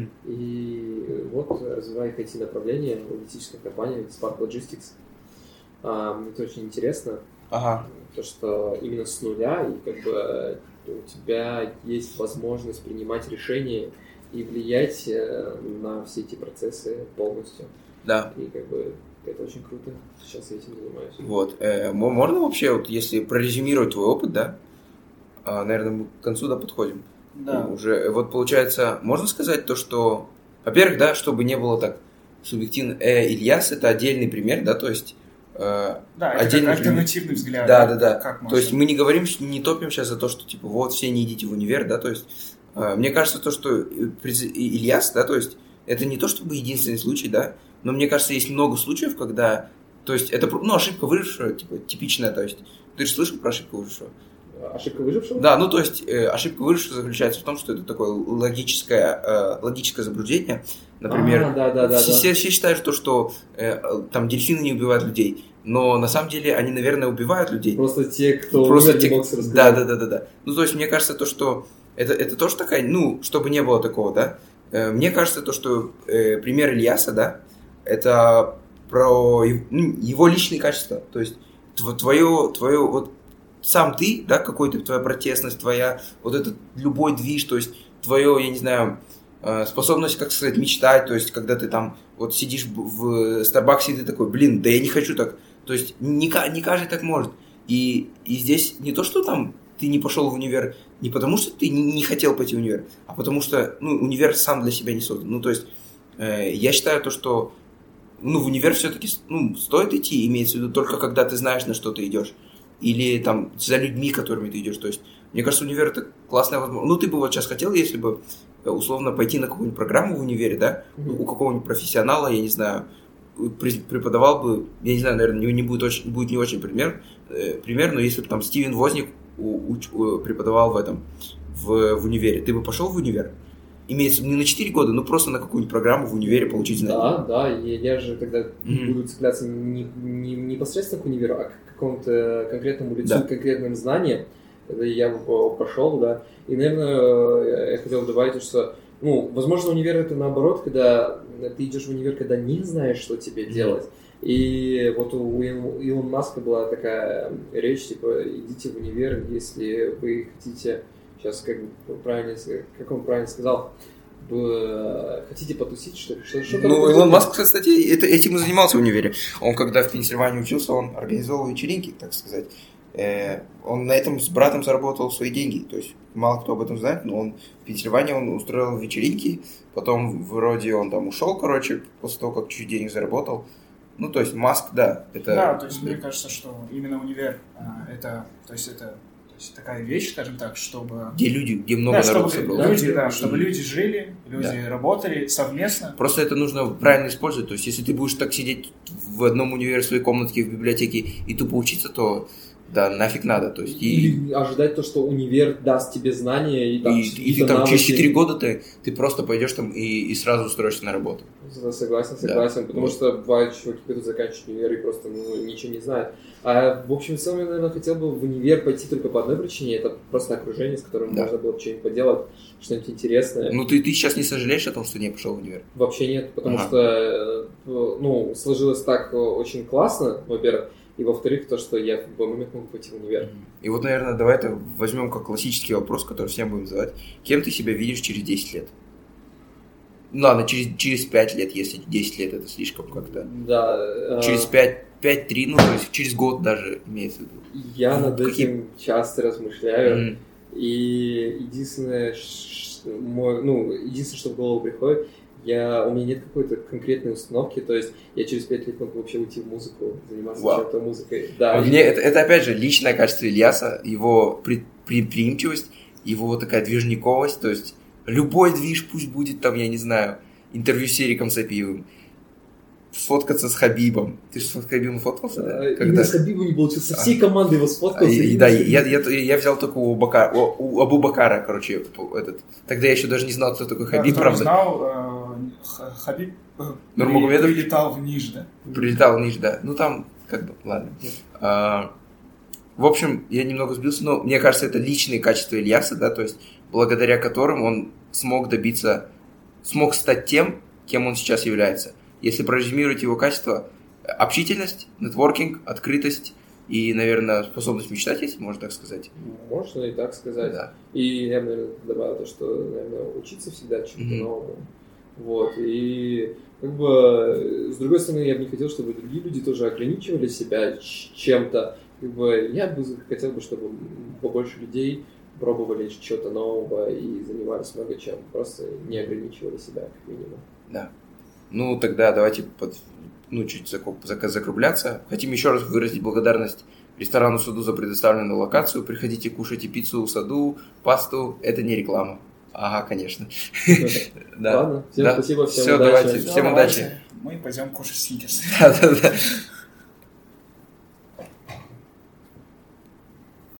И вот развиваю их IT-направление в логистической компании Spark Logistics. Это очень интересно. Ага. То, что именно с нуля, и как бы у тебя есть возможность принимать решения и влиять на все эти процессы полностью. Да. И как бы это очень круто. Сейчас я этим занимаюсь. Вот. Можно вообще, вот, если прорезюмировать твой опыт, да? Наверное, мы к концу, да, подходим. Да. Уже, вот получается, можно сказать то, что, во-первых, да, чтобы не было так субъективно, Ильяс это отдельный пример, да, то есть да, это как альтернативный взгляд. Да. Как то есть мы не говорим, не топим сейчас за то, что типа вот все не идите в универ, да, то есть мне кажется то, что Ильяс, да, то есть это не то чтобы единственный случай, да, но мне кажется есть много случаев, когда, то есть это, ну, ошибка выжившего, типа типичная, то есть ты же слышал про ошибку выжившего? Ошибка выжившего? Да, ну то есть ошибка выжившего заключается в том, что это такое логическое заблуждение. Например, все считают, что там дельфины не убивают людей, но на самом деле они, наверное, убивают людей. Просто те, кто умер, не мог рассказать. Да. Ну то есть мне кажется, то, что это тоже такая, ну, чтобы не было такого, да. Мне кажется, то, что пример Ильяса, да, это про его личные качества. То есть твое вот сам ты, да, какой-то твоя протестность, твоя вот этот любой движ, то есть твое, я не знаю, способность, как сказать, мечтать, то есть когда ты там вот сидишь в Старбаксе, и ты такой, блин, да я не хочу так, то есть не каждый так может. И здесь не то, что там ты не пошел в универ, не потому что ты не хотел пойти в универ, а потому что, ну, универ сам для себя не создан. Ну, то есть я считаю то, что в универ все-таки, ну, стоит идти, имеется в виду только когда ты знаешь, на что ты идешь. или там за людьми, которыми ты идешь. То есть, мне кажется, универ это классная возможность. Ну, ты бы вот сейчас хотел, если бы условно пойти на какую-нибудь программу в универе, да, у какого-нибудь профессионала, я не знаю, преподавал бы, я не знаю, наверное, не будет не очень пример, но если бы там Стивен Возник преподавал в универе, ты бы пошел в универ? Имеется не на 4 года, но просто на какую-нибудь программу в универе получить знания. Да, я же тогда буду цепляться не непосредственно к универу, а к какому-то конкретному лицу, к конкретным знаниям. Я бы пошел, да. И, наверное, я хотел добавить, что, возможно, универ это наоборот, когда ты идешь в универ, когда не знаешь, что тебе делать. И вот у Илона Маска была такая речь, типа, идите в универ, если вы хотите... Сейчас, как он правильно сказал, хотите потусить, что ли? Что-то Илон Маск, кстати, этим и занимался в универе. Он, когда в Пенсильвании учился, он организовал вечеринки, так сказать. Он на этом с братом заработал свои деньги. То есть, мало кто об этом знает, но он в Пенсильвании он устроил вечеринки, потом вроде он там ушел, после того, как чуть денег заработал. То есть, Маск, да. Да, то есть, мне кажется, что именно универ, это такая вещь, скажем так, чтобы... Где много народу собралось. Чтобы люди жили, люди работали совместно. Просто это нужно правильно использовать. То есть, если ты будешь так сидеть в одном универе, в своей комнатке, в библиотеке и тупо учиться, то да, нафиг надо. То есть, или ожидать то, что универ даст тебе знания и ты там через 4 года ты просто пойдешь там и сразу устроишься на работу. Согласен, потому что бывают чуваки, которые заканчивают универ и просто ничего не знают. А в общем, я, наверное, хотел бы в универ пойти только по одной причине. Это просто окружение, с которым можно было что-нибудь поделать, что-нибудь интересное. Ты сейчас не сожалеешь о том, что не пошел в универ? Вообще нет, потому что сложилось так очень классно, во-первых, и во-вторых, то, что я в любой момент могу пойти в универ. И вот, наверное, давай это возьмем как классический вопрос, который всем будем задавать. Кем ты себя видишь через 10 лет? Ладно, через 5 лет, если 10 лет это слишком как-то. Да. Через 5-3, то есть через год даже имеется в виду. Я над этим часто размышляю. И единственное, что в голову приходит, у меня нет какой-то конкретной установки, то есть я через 5 лет могу вообще уйти в музыку, заниматься чем-то музыкой. Да, это опять же личное качество Ильяса, его предприимчивость, его такая движниковость, то есть любой движ, пусть будет там, я не знаю, интервью с Эриком Сапиевым, сфоткаться с Хабибом. Ты же с Хабибом фоткался, да? Именно с Хабибом не получилось, со всей командой его сфоткался. Да, я взял только у Абу Бакара, Тогда я еще даже не знал, кто такой Хабиб, правда. Знал, Хабиб Нурмагомедов прилетал в Ниж, да? Прилетал в Ниж, да. Там, ладно. В общем, я немного сбился, но мне кажется, это личные качества Ильяса, да, то есть благодаря которым он смог стать тем, кем он сейчас является. Если прорезюмировать его качества: общительность, нетворкинг, открытость и, наверное, способность мечтать, если можно так сказать. Можно и так сказать. Да. И я, наверное, добавил то, что, наверное, учиться всегда чему-то новому. Вот. И с другой стороны, я бы не хотел, чтобы другие люди тоже ограничивали себя чем-то. Я бы хотел, чтобы побольше людей пробовали чего-то нового и занимались много чем. Просто не ограничивали себя, как минимум. Да. Тогда давайте чуть закругляться. Хотим еще раз выразить благодарность ресторану «Саду» за предоставленную локацию. Приходите, кушайте пиццу в «Саду», пасту. Это не реклама. Ага, конечно. Ладно, всем спасибо, всем удачи. Давайте, всем удачи. Мы пойдем кушать сникерс. Да.